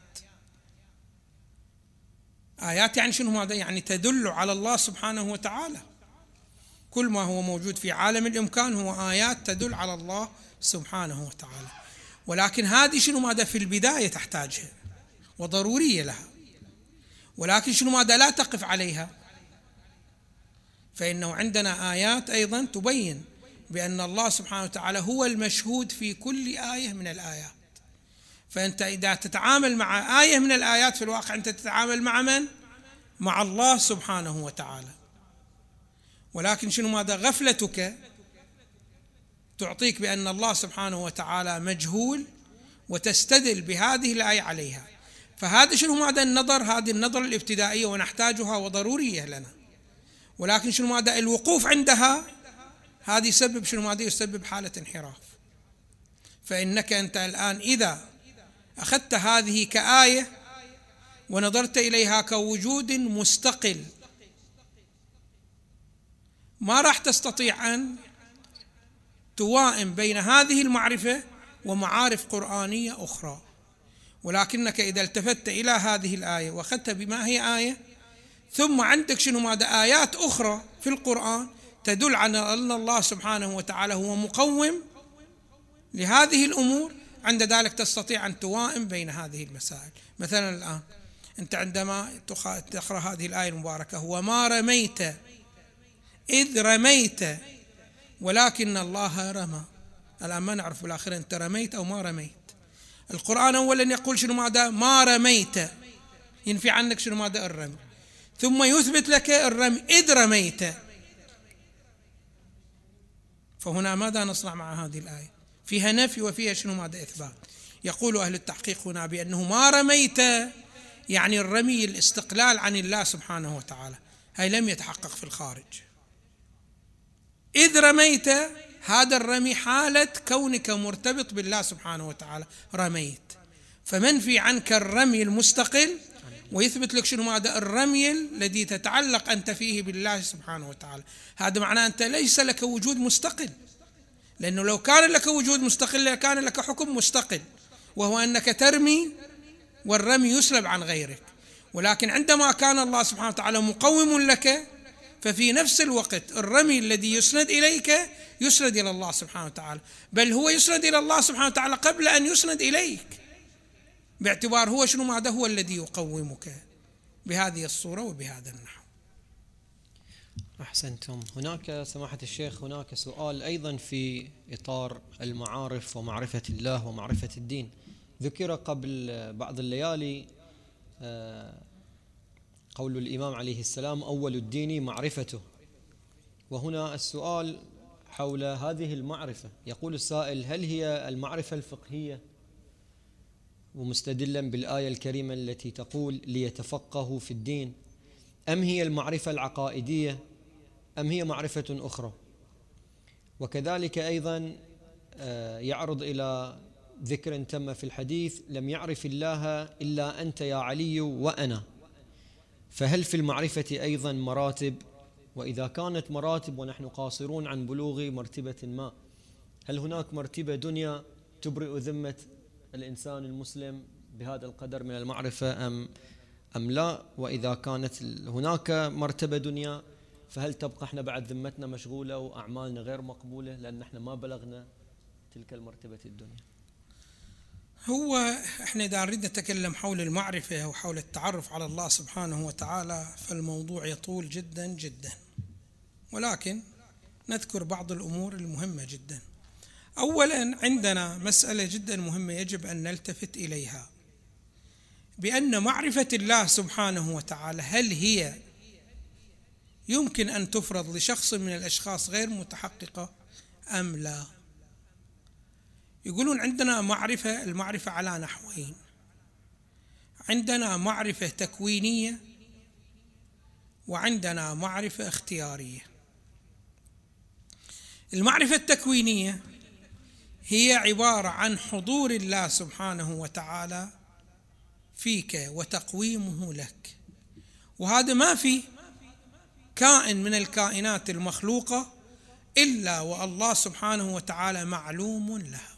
S2: آيات يعني شنو هذا؟ يعني تدل على الله سبحانه وتعالى. كل ما هو موجود في عالم الإمكان هو آيات تدل على الله سبحانه وتعالى. ولكن هذه شنو ماذا في البداية تحتاجها وضرورية لها، ولكن شنو ماذا لا تقف عليها، فإنه عندنا آيات أيضا تبين بأن الله سبحانه وتعالى هو المشهود في كل آية من الآيات. فأنت إذا تتعامل مع آية من الآيات في الواقع أنت تتعامل مع من؟ مع الله سبحانه وتعالى. ولكن شنو ماذا غفلتك تعطيك بأن الله سبحانه وتعالى مجهول وتستدل بهذه الآية عليها. فهذا شنو ماذا النظر، هذه النظر الابتدائية ونحتاجها وضرورية لنا. ولكن شنو ماذا الوقوف عندها هذه يسبب شنو ماذا يسبب حالة انحراف. فإنك أنت الآن إذا أخذت هذه كآية ونظرت إليها كوجود مستقل ما راح تستطيع أن توائم بين هذه المعرفة ومعارف قرآنية أخرى. ولكنك إذا التفت إلى هذه الآية وأخذت بما هي آية، ثم عندك شنو ماذا آيات أخرى في القرآن تدل على أن الله سبحانه وتعالى هو مقوم لهذه الأمور، عند ذلك تستطيع أن توائم بين هذه المسائل. مثلا الآن أنت عندما تقرأ هذه الآية المباركة: وما رميت إذ رميت ولكن الله رمى. الآن ما نعرف بالآخر أنت رميت أو ما رميت. القرآن أولا يقول شنو ماذا؟ ما رميت، ينفي عنك شنو ماذا؟ الرمي، ثم يثبت لك الرمي إذ رميت. فهنا ماذا نصنع مع هذه الآية؟ فيها نفي وفيها شنو ماذا؟ إثبات. يقول أهل التحقيق هنا بأنه ما رميت يعني الرمي الاستقلال عن الله سبحانه وتعالى، هاي لم يتحقق في الخارج. إذ رميت هذا الرمي حالة كونك مرتبط بالله سبحانه وتعالى، رميت، فمنفي عنك الرمي المستقل ويثبت لك شنو ماذا؟ الرمي الذي تتعلق أنت فيه بالله سبحانه وتعالى. هذا معناه أنت ليس لك وجود مستقل، لأنه لو كان لك وجود مستقل لكان لك حكم مستقل، وهو أنك ترمي والرمي يسلب عن غيرك. ولكن عندما كان الله سبحانه وتعالى مقوم لك، ففي نفس الوقت الرمي الذي يسند إليك يسند إلى الله سبحانه وتعالى، بل هو يسند إلى الله سبحانه وتعالى قبل أن يسند إليك، باعتبار هو شنو ماذا؟ هو الذي يقومك بهذه الصورة وبهذا النحو.
S1: أحسنتم. هناك سماحة الشيخ هناك سؤال أيضا في إطار المعارف ومعرفة الله ومعرفة الدين. ذكر قبل بعض الليالي قول الإمام عليه السلام: أول الدين معرفته. وهنا السؤال حول هذه المعرفة. يقول السائل: هل هي المعرفة الفقهية ومستدلا بالآية الكريمة التي تقول ليتفقهوا في الدين، أم هي المعرفة العقائدية، أم هي معرفة أخرى؟ وكذلك أيضا يعرض إلى ذكر تم في الحديث: لم يعرف الله إلا أنت يا علي وأنا. فهل في المعرفة أيضا مراتب؟ وإذا كانت مراتب ونحن قاصرون عن بلوغ مرتبة ما، هل هناك مرتبة دنيا تبرئ ذمة الإنسان المسلم بهذا القدر من المعرفة أم لا؟ وإذا كانت هناك مرتبة دنيا فهل تبقى احنا بعد ذمتنا مشغولة وأعمالنا غير مقبولة لأن احنا ما بلغنا تلك المرتبة الدنيا؟
S2: هو احنا إذا نريد نتكلم حول المعرفة وحول التعرف على الله سبحانه وتعالى فالموضوع يطول جدا جدا، ولكن نذكر بعض الأمور المهمة جدا. أولا عندنا مسألة جدا مهمة يجب أن نلتفت إليها، بأن معرفة الله سبحانه وتعالى هل هي يمكن أن تفرض لشخص من الأشخاص غير متحققة أم لا؟ يقولون عندنا المعرفة على نحوين، عندنا معرفة تكوينية وعندنا معرفة اختيارية. المعرفة التكوينية هي عبارة عن حضور الله سبحانه وتعالى فيك وتقويمه لك، وهذا ما في كائن من الكائنات المخلوقة إلا والله سبحانه وتعالى معلوم لها،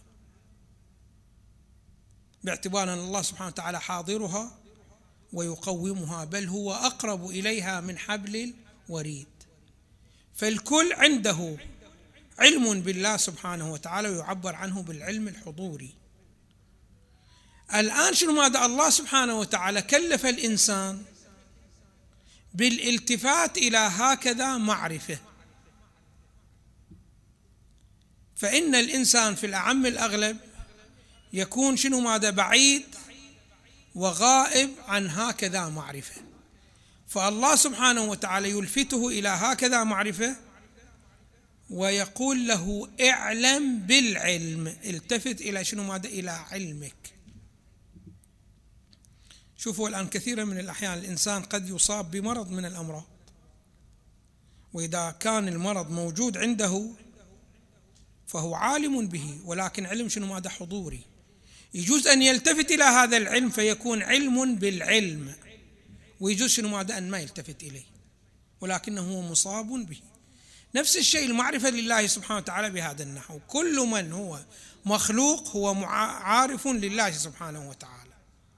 S2: باعتبار أن الله سبحانه وتعالى حاضرها ويقومها، بل هو أقرب إليها من حبل الوريد. فالكل عنده علم بالله سبحانه وتعالى ويعبر عنه بالعلم الحضوري. الآن شنو ماذا؟ الله سبحانه وتعالى كلف الإنسان بالالتفات إلى هكذا معرفة، فإن الإنسان في الأعم الأغلب يكون شنو ماذا؟ بعيد وغائب عن هكذا معرفة، فالله سبحانه وتعالى يلفته إلى هكذا معرفة ويقول له اعلم بالعلم، التفت إلى شنو ماذا؟ إلى علمك. شوفوا الآن كثيرا من الأحيان الإنسان قد يصاب بمرض من الأمراض، وإذا كان المرض موجود عنده فهو عالم به، ولكن علم شنو ماذا؟ حضوري. يجوز أن يلتفت إلى هذا العلم فيكون علم بالعلم، ويجوز شنو ماذا؟ أن ما يلتفت إليه ولكنه هو مصاب به. نفس الشيء المعرفة لله سبحانه وتعالى بهذا النحو، كل من هو مخلوق هو عارف لله سبحانه وتعالى،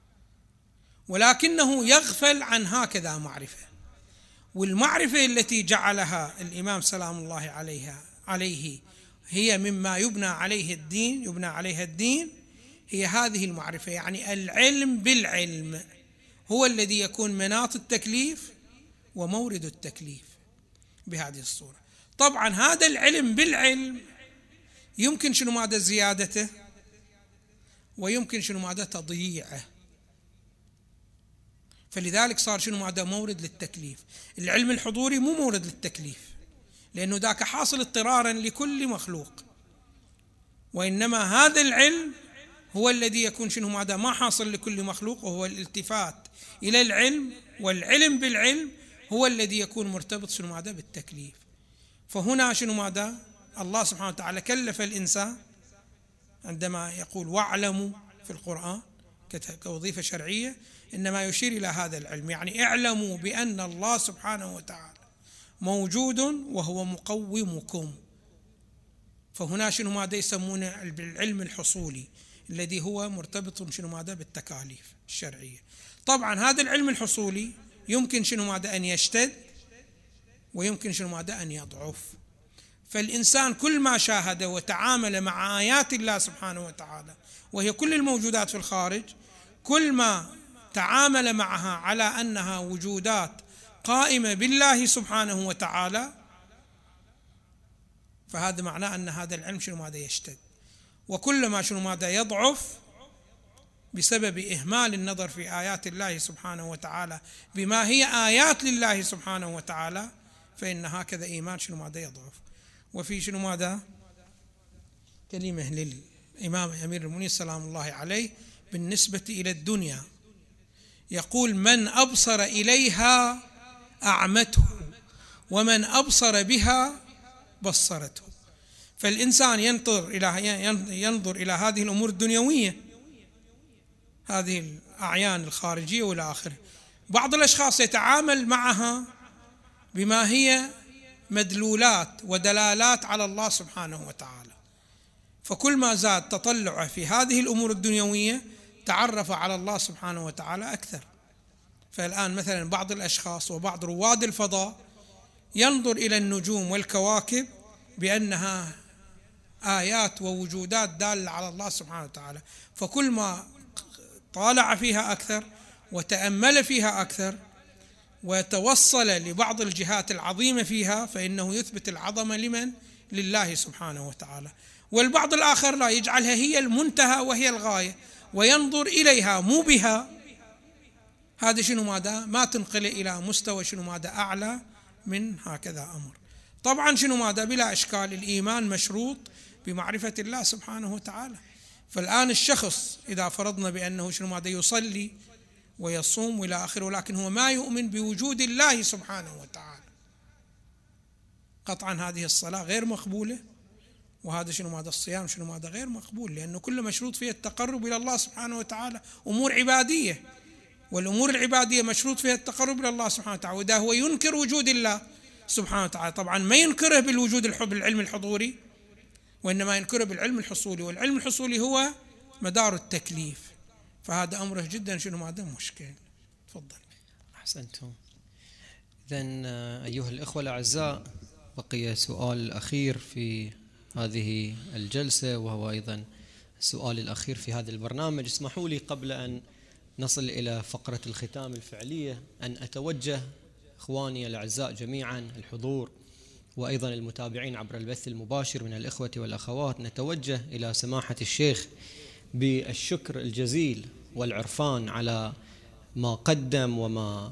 S2: ولكنه يغفل عن هكذا معرفة. والمعرفة التي جعلها الإمام سلام الله عليه هي مما يبنى عليها الدين، هي هذه المعرفة، يعني العلم بالعلم هو الذي يكون مناط التكليف ومورد التكليف بهذه الصورة. طبعا هذا العلم بالعلم يمكن شنو ماذا؟ زيادته، ويمكن شنو ماذا؟ تضييعه، فلذلك صار شنو ماذا؟ مورد للتكليف. العلم الحضوري مو مورد للتكليف لأنه ذاك حاصل اضطرارا لكل مخلوق، وإنما هذا العلم هو الذي يكون شنو ماذا؟ ما حاصل لكل مخلوق، وهو الالتفات إلى العلم، والعلم بالعلم هو الذي يكون مرتبط شنو ماذا؟ بالتكليف. فهنا شنو ماذا؟ الله سبحانه وتعالى كلف الإنسان عندما يقول واعلموا في القرآن كوظيفة شرعية، إنما يشير إلى هذا العلم، يعني اعلموا بأن الله سبحانه وتعالى موجود وهو مقومكم. فهنا شنو ماذا؟ يسمونه بالعلم الحصولي الذي هو مرتبط شنو ماذا؟ بالتكاليف الشرعية. طبعا هذا العلم الحصولي يمكن شنو ماذا؟ أن يشتد، ويمكن شنو ماذا؟ أن يضعف. فالإنسان كل ما شاهد وتعامل مع آيات الله سبحانه وتعالى، وهي كل الموجودات في الخارج، كل ما تعامل معها على أنها وجودات قائمة بالله سبحانه وتعالى، فهذا معناه أن هذا العلم شنو ماذا؟ يشتد. وكلما شنو ماذا؟ يضعف بسبب إهمال النظر في آيات الله سبحانه وتعالى بما هي آيات لله سبحانه وتعالى، فإن هكذا إيمان شنو ماذا؟ يضعف. وفي شنو ماذا؟ كلمة للإمام أمير المؤمنين سلام الله عليه بالنسبة إلى الدنيا، يقول من أبصر إليها أعمته، ومن أبصر بها بصرته. فالإنسان ينظر إلى هذه الأمور الدنيوية، هذه الأعيان الخارجية والى آخره. بعض الأشخاص يتعامل معها بما هي مدلولات ودلالات على الله سبحانه وتعالى، فكل ما زاد تطلعه في هذه الأمور الدنيوية تعرف على الله سبحانه وتعالى أكثر. فالآن مثلا بعض الأشخاص وبعض رواد الفضاء ينظر إلى النجوم والكواكب بأنها آيات ووجودات دالة على الله سبحانه وتعالى، فكل ما طالع فيها أكثر وتأمل فيها أكثر وتوصل لبعض الجهات العظيمة فيها فإنه يثبت العظمة لمن؟ لله سبحانه وتعالى. والبعض الآخر لا، يجعلها هي المنتهى وهي الغاية وينظر إليها مو بها. هذا شنو ماذا؟ ما تنقل إلى مستوى شنو ماذا أعلى من هكذا أمر. طبعا شنو ماذا؟ بلا إشكال الإيمان مشروط بمعرفة الله سبحانه وتعالى. فالآن الشخص إذا فرضنا بأنه شنو ماذا يصلي ويصوم وإلى آخره، ولكن هو ما يؤمن بوجود الله سبحانه وتعالى، قطعا هذه الصلاة غير مقبولة، وهذا شنو ماذا الصيام شنو ماذا غير مقبول، لأنه كل مشروط فيه التقرب إلى الله سبحانه وتعالى، أمور عبادية، والأمور العبادية مشروط فيها التقرب إلى الله سبحانه وتعالى. وإذا هو ينكر وجود الله سبحانه وتعالى طبعا ما ينكره بالوجود بالعلم الحضوري، وإنما ينكره بالعلم الحصولي، والعلم الحصولي هو مدار التكليف. فهذا أمره جدا شنو ماذا مشكل. تفضل.
S1: أحسنتم. إذن أيها الإخوة الأعزاء، بقي سؤال أخير في هذه الجلسة، وهو أيضا السؤال الأخير في هذا البرنامج. اسمحوا لي قبل أن نصل إلى فقرة الختام الفعلية أن أتوجه إخواني الأعزاء جميعا الحضور وأيضا المتابعين عبر البث المباشر من الإخوة والأخوات، نتوجه إلى سماحة الشيخ بالشكر الجزيل والعرفان على ما قدم وما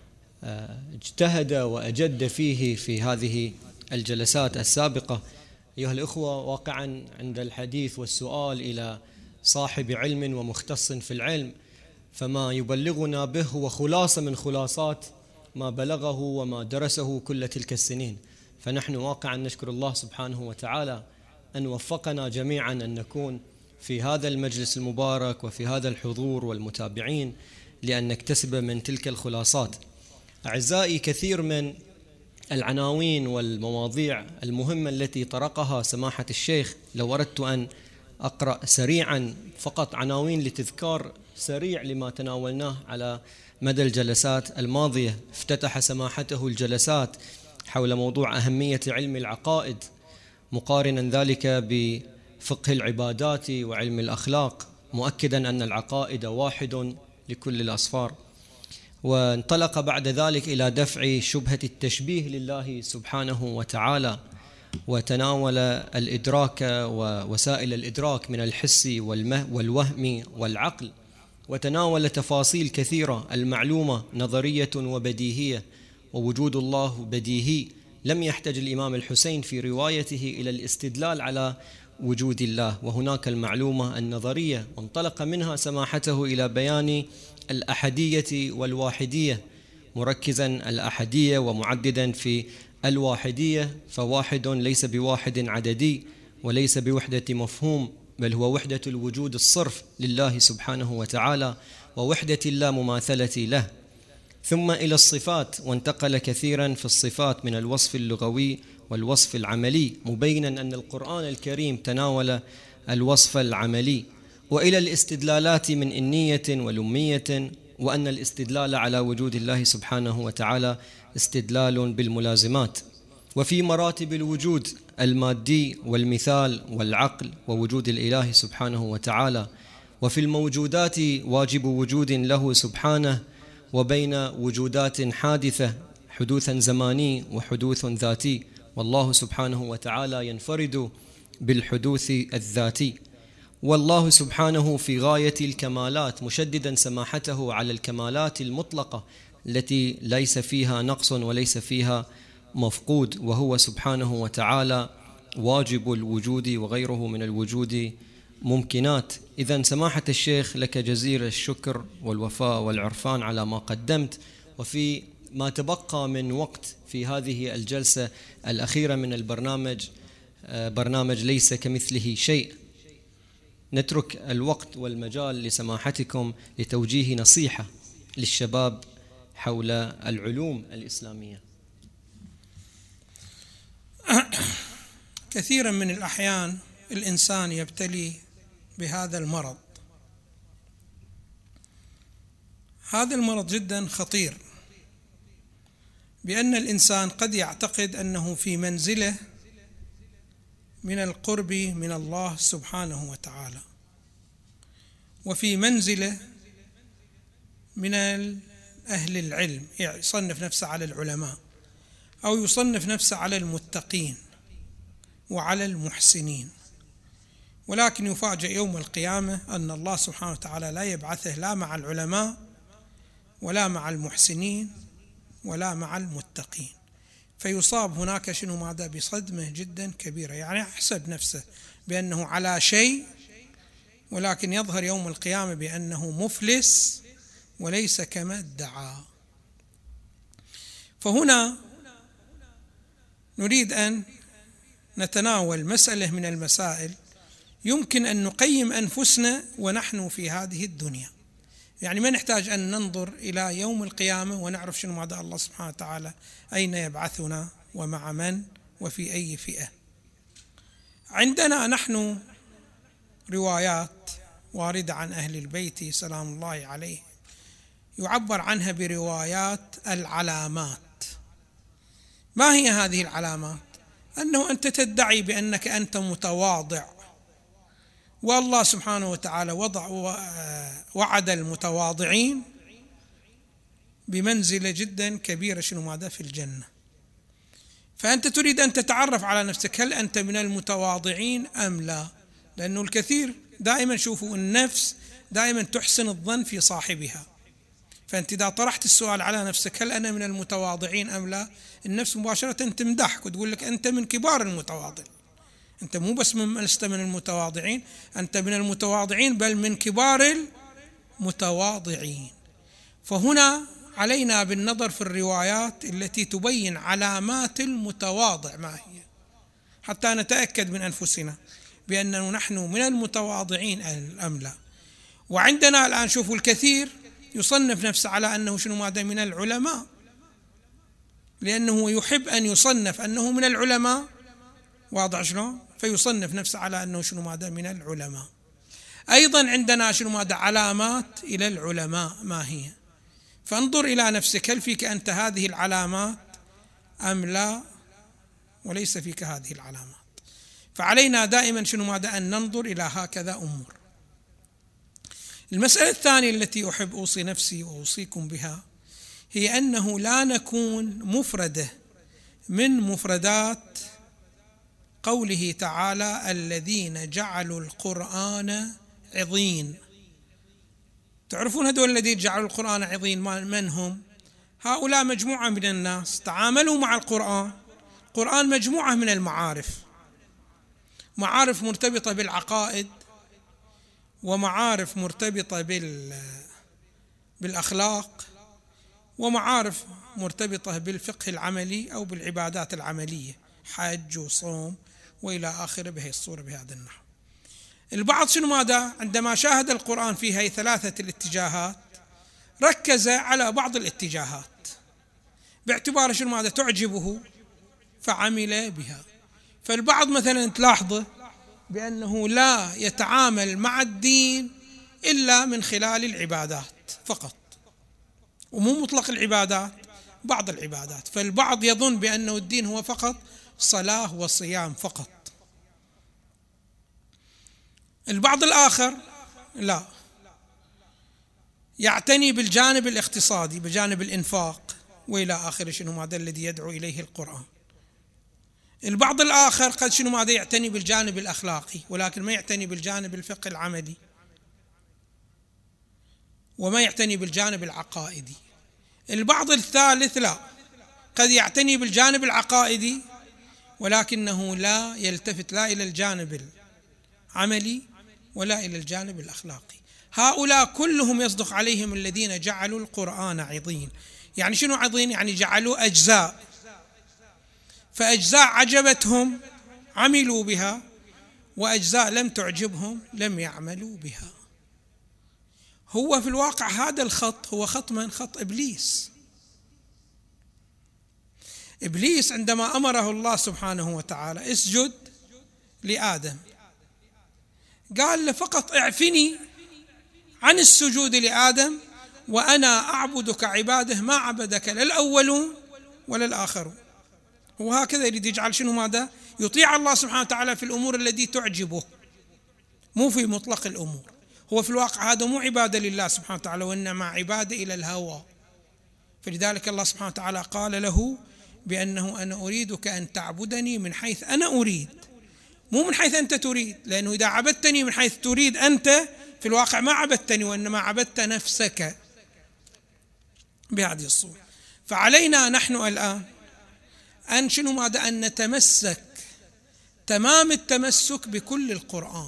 S1: اجتهد وأجد فيه في هذه الجلسات السابقة. أيها الإخوة، واقعا عند الحديث والسؤال إلى صاحب علم ومختص في العلم، فما يبلغنا به هو خلاصة من خلاصات ما بلغه وما درسه كل تلك السنين. فنحن واقعا نشكر الله سبحانه وتعالى أن وفقنا جميعا أن نكون في هذا المجلس المبارك وفي هذا الحضور والمتابعين لأن نكتسب من تلك الخلاصات. أعزائي، كثير من العناوين والمواضيع المهمة التي طرقها سماحة الشيخ، لو أردت أن أقرأ سريعا فقط عناوين لتذكار سريع لما تناولناه على مدى الجلسات الماضية. افتتح سماحته الجلسات حول موضوع أهمية علم العقائد، مقارنا ذلك بفقه العبادات وعلم الأخلاق، مؤكدا أن العقائد واحد لكل الأصفار. وانطلق بعد ذلك إلى دفع شبهة التشبيه لله سبحانه وتعالى، وتناول الإدراك ووسائل الإدراك من الحس والوهم والعقل، وتناول تفاصيل كثيرة المعلومة نظرية وبديهية، ووجود الله بديهي، لم يحتج الإمام الحسين في روايته إلى الاستدلال على وجود الله، وهناك المعلومة النظرية، وانطلق منها سماحته إلى بيان الأحدية والواحدية، مركزا الأحدية ومعددا في الواحدية، فواحد ليس بواحد عددي وليس بوحدة مفهوم، بل هو وحدة الوجود الصرف لله سبحانه وتعالى ووحدة اللا مماثلة له. ثم إلى الصفات، وانتقل كثيرا في الصفات من الوصف اللغوي والوصف العملي، مبينا أن القرآن الكريم تناول الوصف العملي، وإلى الاستدلالات من إنية ولمية، وأن الاستدلال على وجود الله سبحانه وتعالى استدلال بالملازمات. وفي مراتب الوجود المادي والمثال والعقل ووجود الإله سبحانه وتعالى، وفي الموجودات واجب وجود له سبحانه، وبين وجودات حادثة حدوثا زماني وحدوث ذاتي، والله سبحانه وتعالى ينفرد بالحدوث الذاتي. والله سبحانه في غاية الكمالات، مشددا سماحته على الكمالات المطلقة التي ليس فيها نقص وليس فيها مفقود، وهو سبحانه وتعالى واجب الوجود وغيره من الوجود ممكنات. إذن سماحة الشيخ لك جزيل الشكر والوفاء والعرفان على ما قدمت، وفي ما تبقى من وقت في هذه الجلسة الأخيرة من البرنامج، برنامج ليس كمثله شيء، نترك الوقت والمجال لسماحتكم لتوجيه نصيحة للشباب حول العلوم الإسلامية.
S2: كثيرا من الأحيان الإنسان يبتلي بهذا المرض. هذا المرض جدا خطير، بأن الإنسان قد يعتقد أنه في منزله من القرب من الله سبحانه وتعالى، وفي منزله من أهل العلم، يصنف نفسه على العلماء، أو يصنف نفسه على المتقين وعلى المحسنين، ولكن يفاجأ يوم القيامة أن الله سبحانه وتعالى لا يبعثه لا مع العلماء ولا مع المحسنين ولا مع المتقين، فيصاب هناك شنو ماذا بصدمة جدا كبيرة. يعني يحسب نفسه بأنه على شيء، ولكن يظهر يوم القيامة بأنه مفلس وليس كما ادعى. فهنا نريد أن نتناول مسألة من المسائل يمكن أن نقيم أنفسنا ونحن في هذه الدنيا. يعني ما نحتاج أن ننظر إلى يوم القيامة ونعرف شنو ماذا الله سبحانه وتعالى أين يبعثنا ومع من وفي أي فئة. عندنا نحن روايات واردة عن أهل البيت سلام الله عليه يعبر عنها بروايات العلامات. ما هي هذه العلامات؟ أنه أنت تدعي بأنك أنت متواضع، والله سبحانه وتعالى وعد المتواضعين بمنزلة جدا كبيرة شنو ماذا في الجنة. فأنت تريد أن تتعرف على نفسك، هل أنت من المتواضعين أم لا؟ لأنه الكثير دائما شوفوا النفس دائما تحسن الظن في صاحبها، فأنت إذا طرحت السؤال على نفسك هل أنا من المتواضعين أم لا، النفس مباشرة تمدحك وتقول لك أنت من كبار المتواضعين، أنت مو بس لست من المتواضعين، أنت من المتواضعين بل من كبار المتواضعين. فهنا علينا بالنظر في الروايات التي تبين علامات المتواضع ما هي، حتى نتأكد من أنفسنا بأننا نحن من المتواضعين أم لا. وعندنا الآن شوفوا الكثير يصنف نفسه على أنه شنو ماذا من العلماء، لأنه يحب أن يصنف أنه من العلماء، واضح شلون؟ فيصنف نفسه على أنه شنو ماذا من العلماء. أيضا عندنا شنو ماذا علامات إلى العلماء ما هي، فانظر إلى نفسك هل فيك أنت هذه العلامات أم لا، وليس فيك هذه العلامات. فعلينا دائما شنو ماذا أن ننظر إلى هكذا أمور. المسألة الثانية التي أحب أوصي نفسي وأوصيكم بها هي أنه لا نكون مفردة من مفردات قوله تعالى الذين جعلوا القرآن عضين. تعرفون هذول الذين جعلوا القرآن عضين من هم؟ هؤلاء مجموعة من الناس تعاملوا مع القرآن. القرآن مجموعة من المعارف، معارف مرتبطة بالعقائد، ومعارف مرتبطة بالأخلاق، ومعارف مرتبطة بالفقه العملي أو بالعبادات العملية، حج وصوم وإلى آخره بهذه الصورة بهذا النحو. البعض شنو ماذا عندما شاهد القرآن في هذه ثلاثة الاتجاهات ركز على بعض الاتجاهات باعتبار شنو ماذا تعجبه فعمل بها. فالبعض مثلا تلاحظه بأنه لا يتعامل مع الدين إلا من خلال العبادات فقط، ومو مطلق العبادات، بعض العبادات. فالبعض يظن بأنه الدين هو فقط صلاة وصيام فقط. البعض الآخر لا، يعتني بالجانب الاقتصادي، بجانب الإنفاق وإلى آخره شنو ماذا الذي يدعو إليه القرآن. البعض الآخر قد شنو ماذا يعتني بالجانب الأخلاقي، ولكن ما يعتني بالجانب الفقه العملي، وما يعتني بالجانب العقائدي. البعض الثالث لا، قد يعتني بالجانب العقائدي ولكنه لا يلتفت لا إلى الجانب العملي ولا إلى الجانب الأخلاقي. هؤلاء كلهم يصدق عليهم الذين جعلوا القرآن عضين. يعني شنو عضين؟ يعني جعلوا أجزاء، فأجزاء عجبتهم عملوا بها، وأجزاء لم تعجبهم لم يعملوا بها. هو في الواقع هذا الخط هو خط من؟ خط إبليس. إبليس عندما أمره الله سبحانه وتعالى اسجد لآدم، قال له فقط اعفني عن السجود لآدم وأنا أعبدك عباده ما عبدك لا الأولون ولا الآخرون. هو هكذا يريد يجعل شنو ماذا؟ يطيع الله سبحانه وتعالى في الأمور التي تعجبه، مو في مطلق الأمور. هو في الواقع هذا مو عبادة لله سبحانه وتعالى، وإنما عبادة إلى الهوى. فلذلك الله سبحانه وتعالى قال له بأنه أنا أريدك أن تعبدني من حيث أنا أريد، مو من حيث أنت تريد، لأنه إذا عبدتني من حيث تريد أنت في الواقع ما عبدتني وإنما عبدت نفسك بهذه الصورة. فعلينا نحن الآن أن شنو ماذا؟ أن نتمسك تمام التمسك بكل القرآن،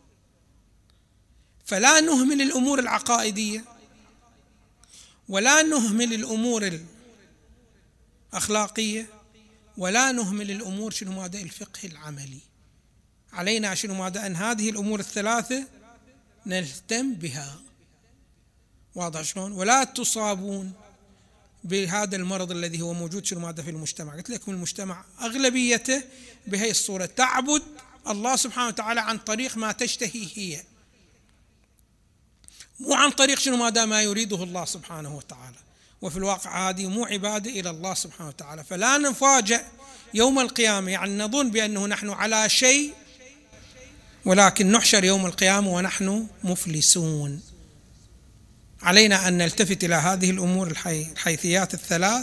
S2: فلا نهمل الأمور العقائدية ولا نهمل الأمور الأخلاقية ولا نهمل الأمور شنو ماذا؟ الفقه العملي. علينا شنو ماذا؟ أن هذه الأمور الثلاثة نهتم بها. واضح شلون؟ ولا تصابون بهذا المرض الذي هو موجود شنو ماذا في المجتمع. قلت لكم المجتمع أغلبيته بهي الصورة، تعبد الله سبحانه وتعالى عن طريق ما تشتهي هي، مو عن طريق شنو ماذا ما يريده الله سبحانه وتعالى. وفي الواقع هذه مو عبادة إلى الله سبحانه وتعالى. فلا نفاجأ يوم القيامة يعني نظن بأنه نحن على شيء، ولكن نحشر يوم القيامة ونحن مفلسون. علينا أن نلتفت إلى هذه الأمور الحيثيات الثلاث،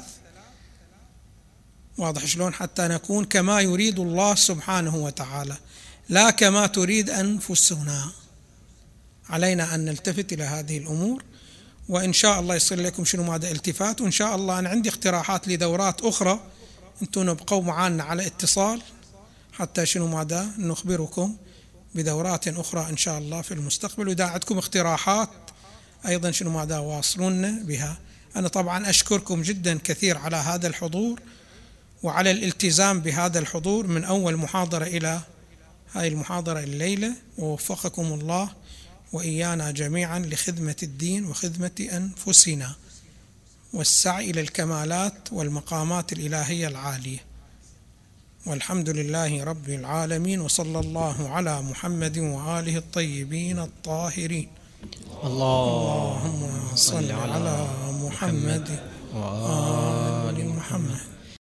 S2: واضح شلون؟ حتى نكون كما يريد الله سبحانه وتعالى لا كما تريد أنفسنا. علينا أن نلتفت إلى هذه الأمور، وإن شاء الله يصير لكم شنو ماذا التفات. وإن شاء الله أنا عندي اقتراحات لدورات أخرى، أنتم نبقوا معنا على اتصال حتى شنو ماذا نخبركم بدورات أخرى إن شاء الله في المستقبل. وإذا عندكم اقتراحات أيضا شنو ماذا واصلونا بها. أنا طبعا أشكركم جدا كثير على هذا الحضور وعلى الالتزام بهذا الحضور من أول محاضرة إلى هذه المحاضرة الليلة، ووفقكم الله وإيانا جميعا لخدمة الدين وخدمة أنفسنا والسعي إلى الكمالات والمقامات الإلهية العالية. والحمد لله رب العالمين، وصلى الله على محمد وآله الطيبين الطاهرين. اللهم صل على محمد وآل محمد.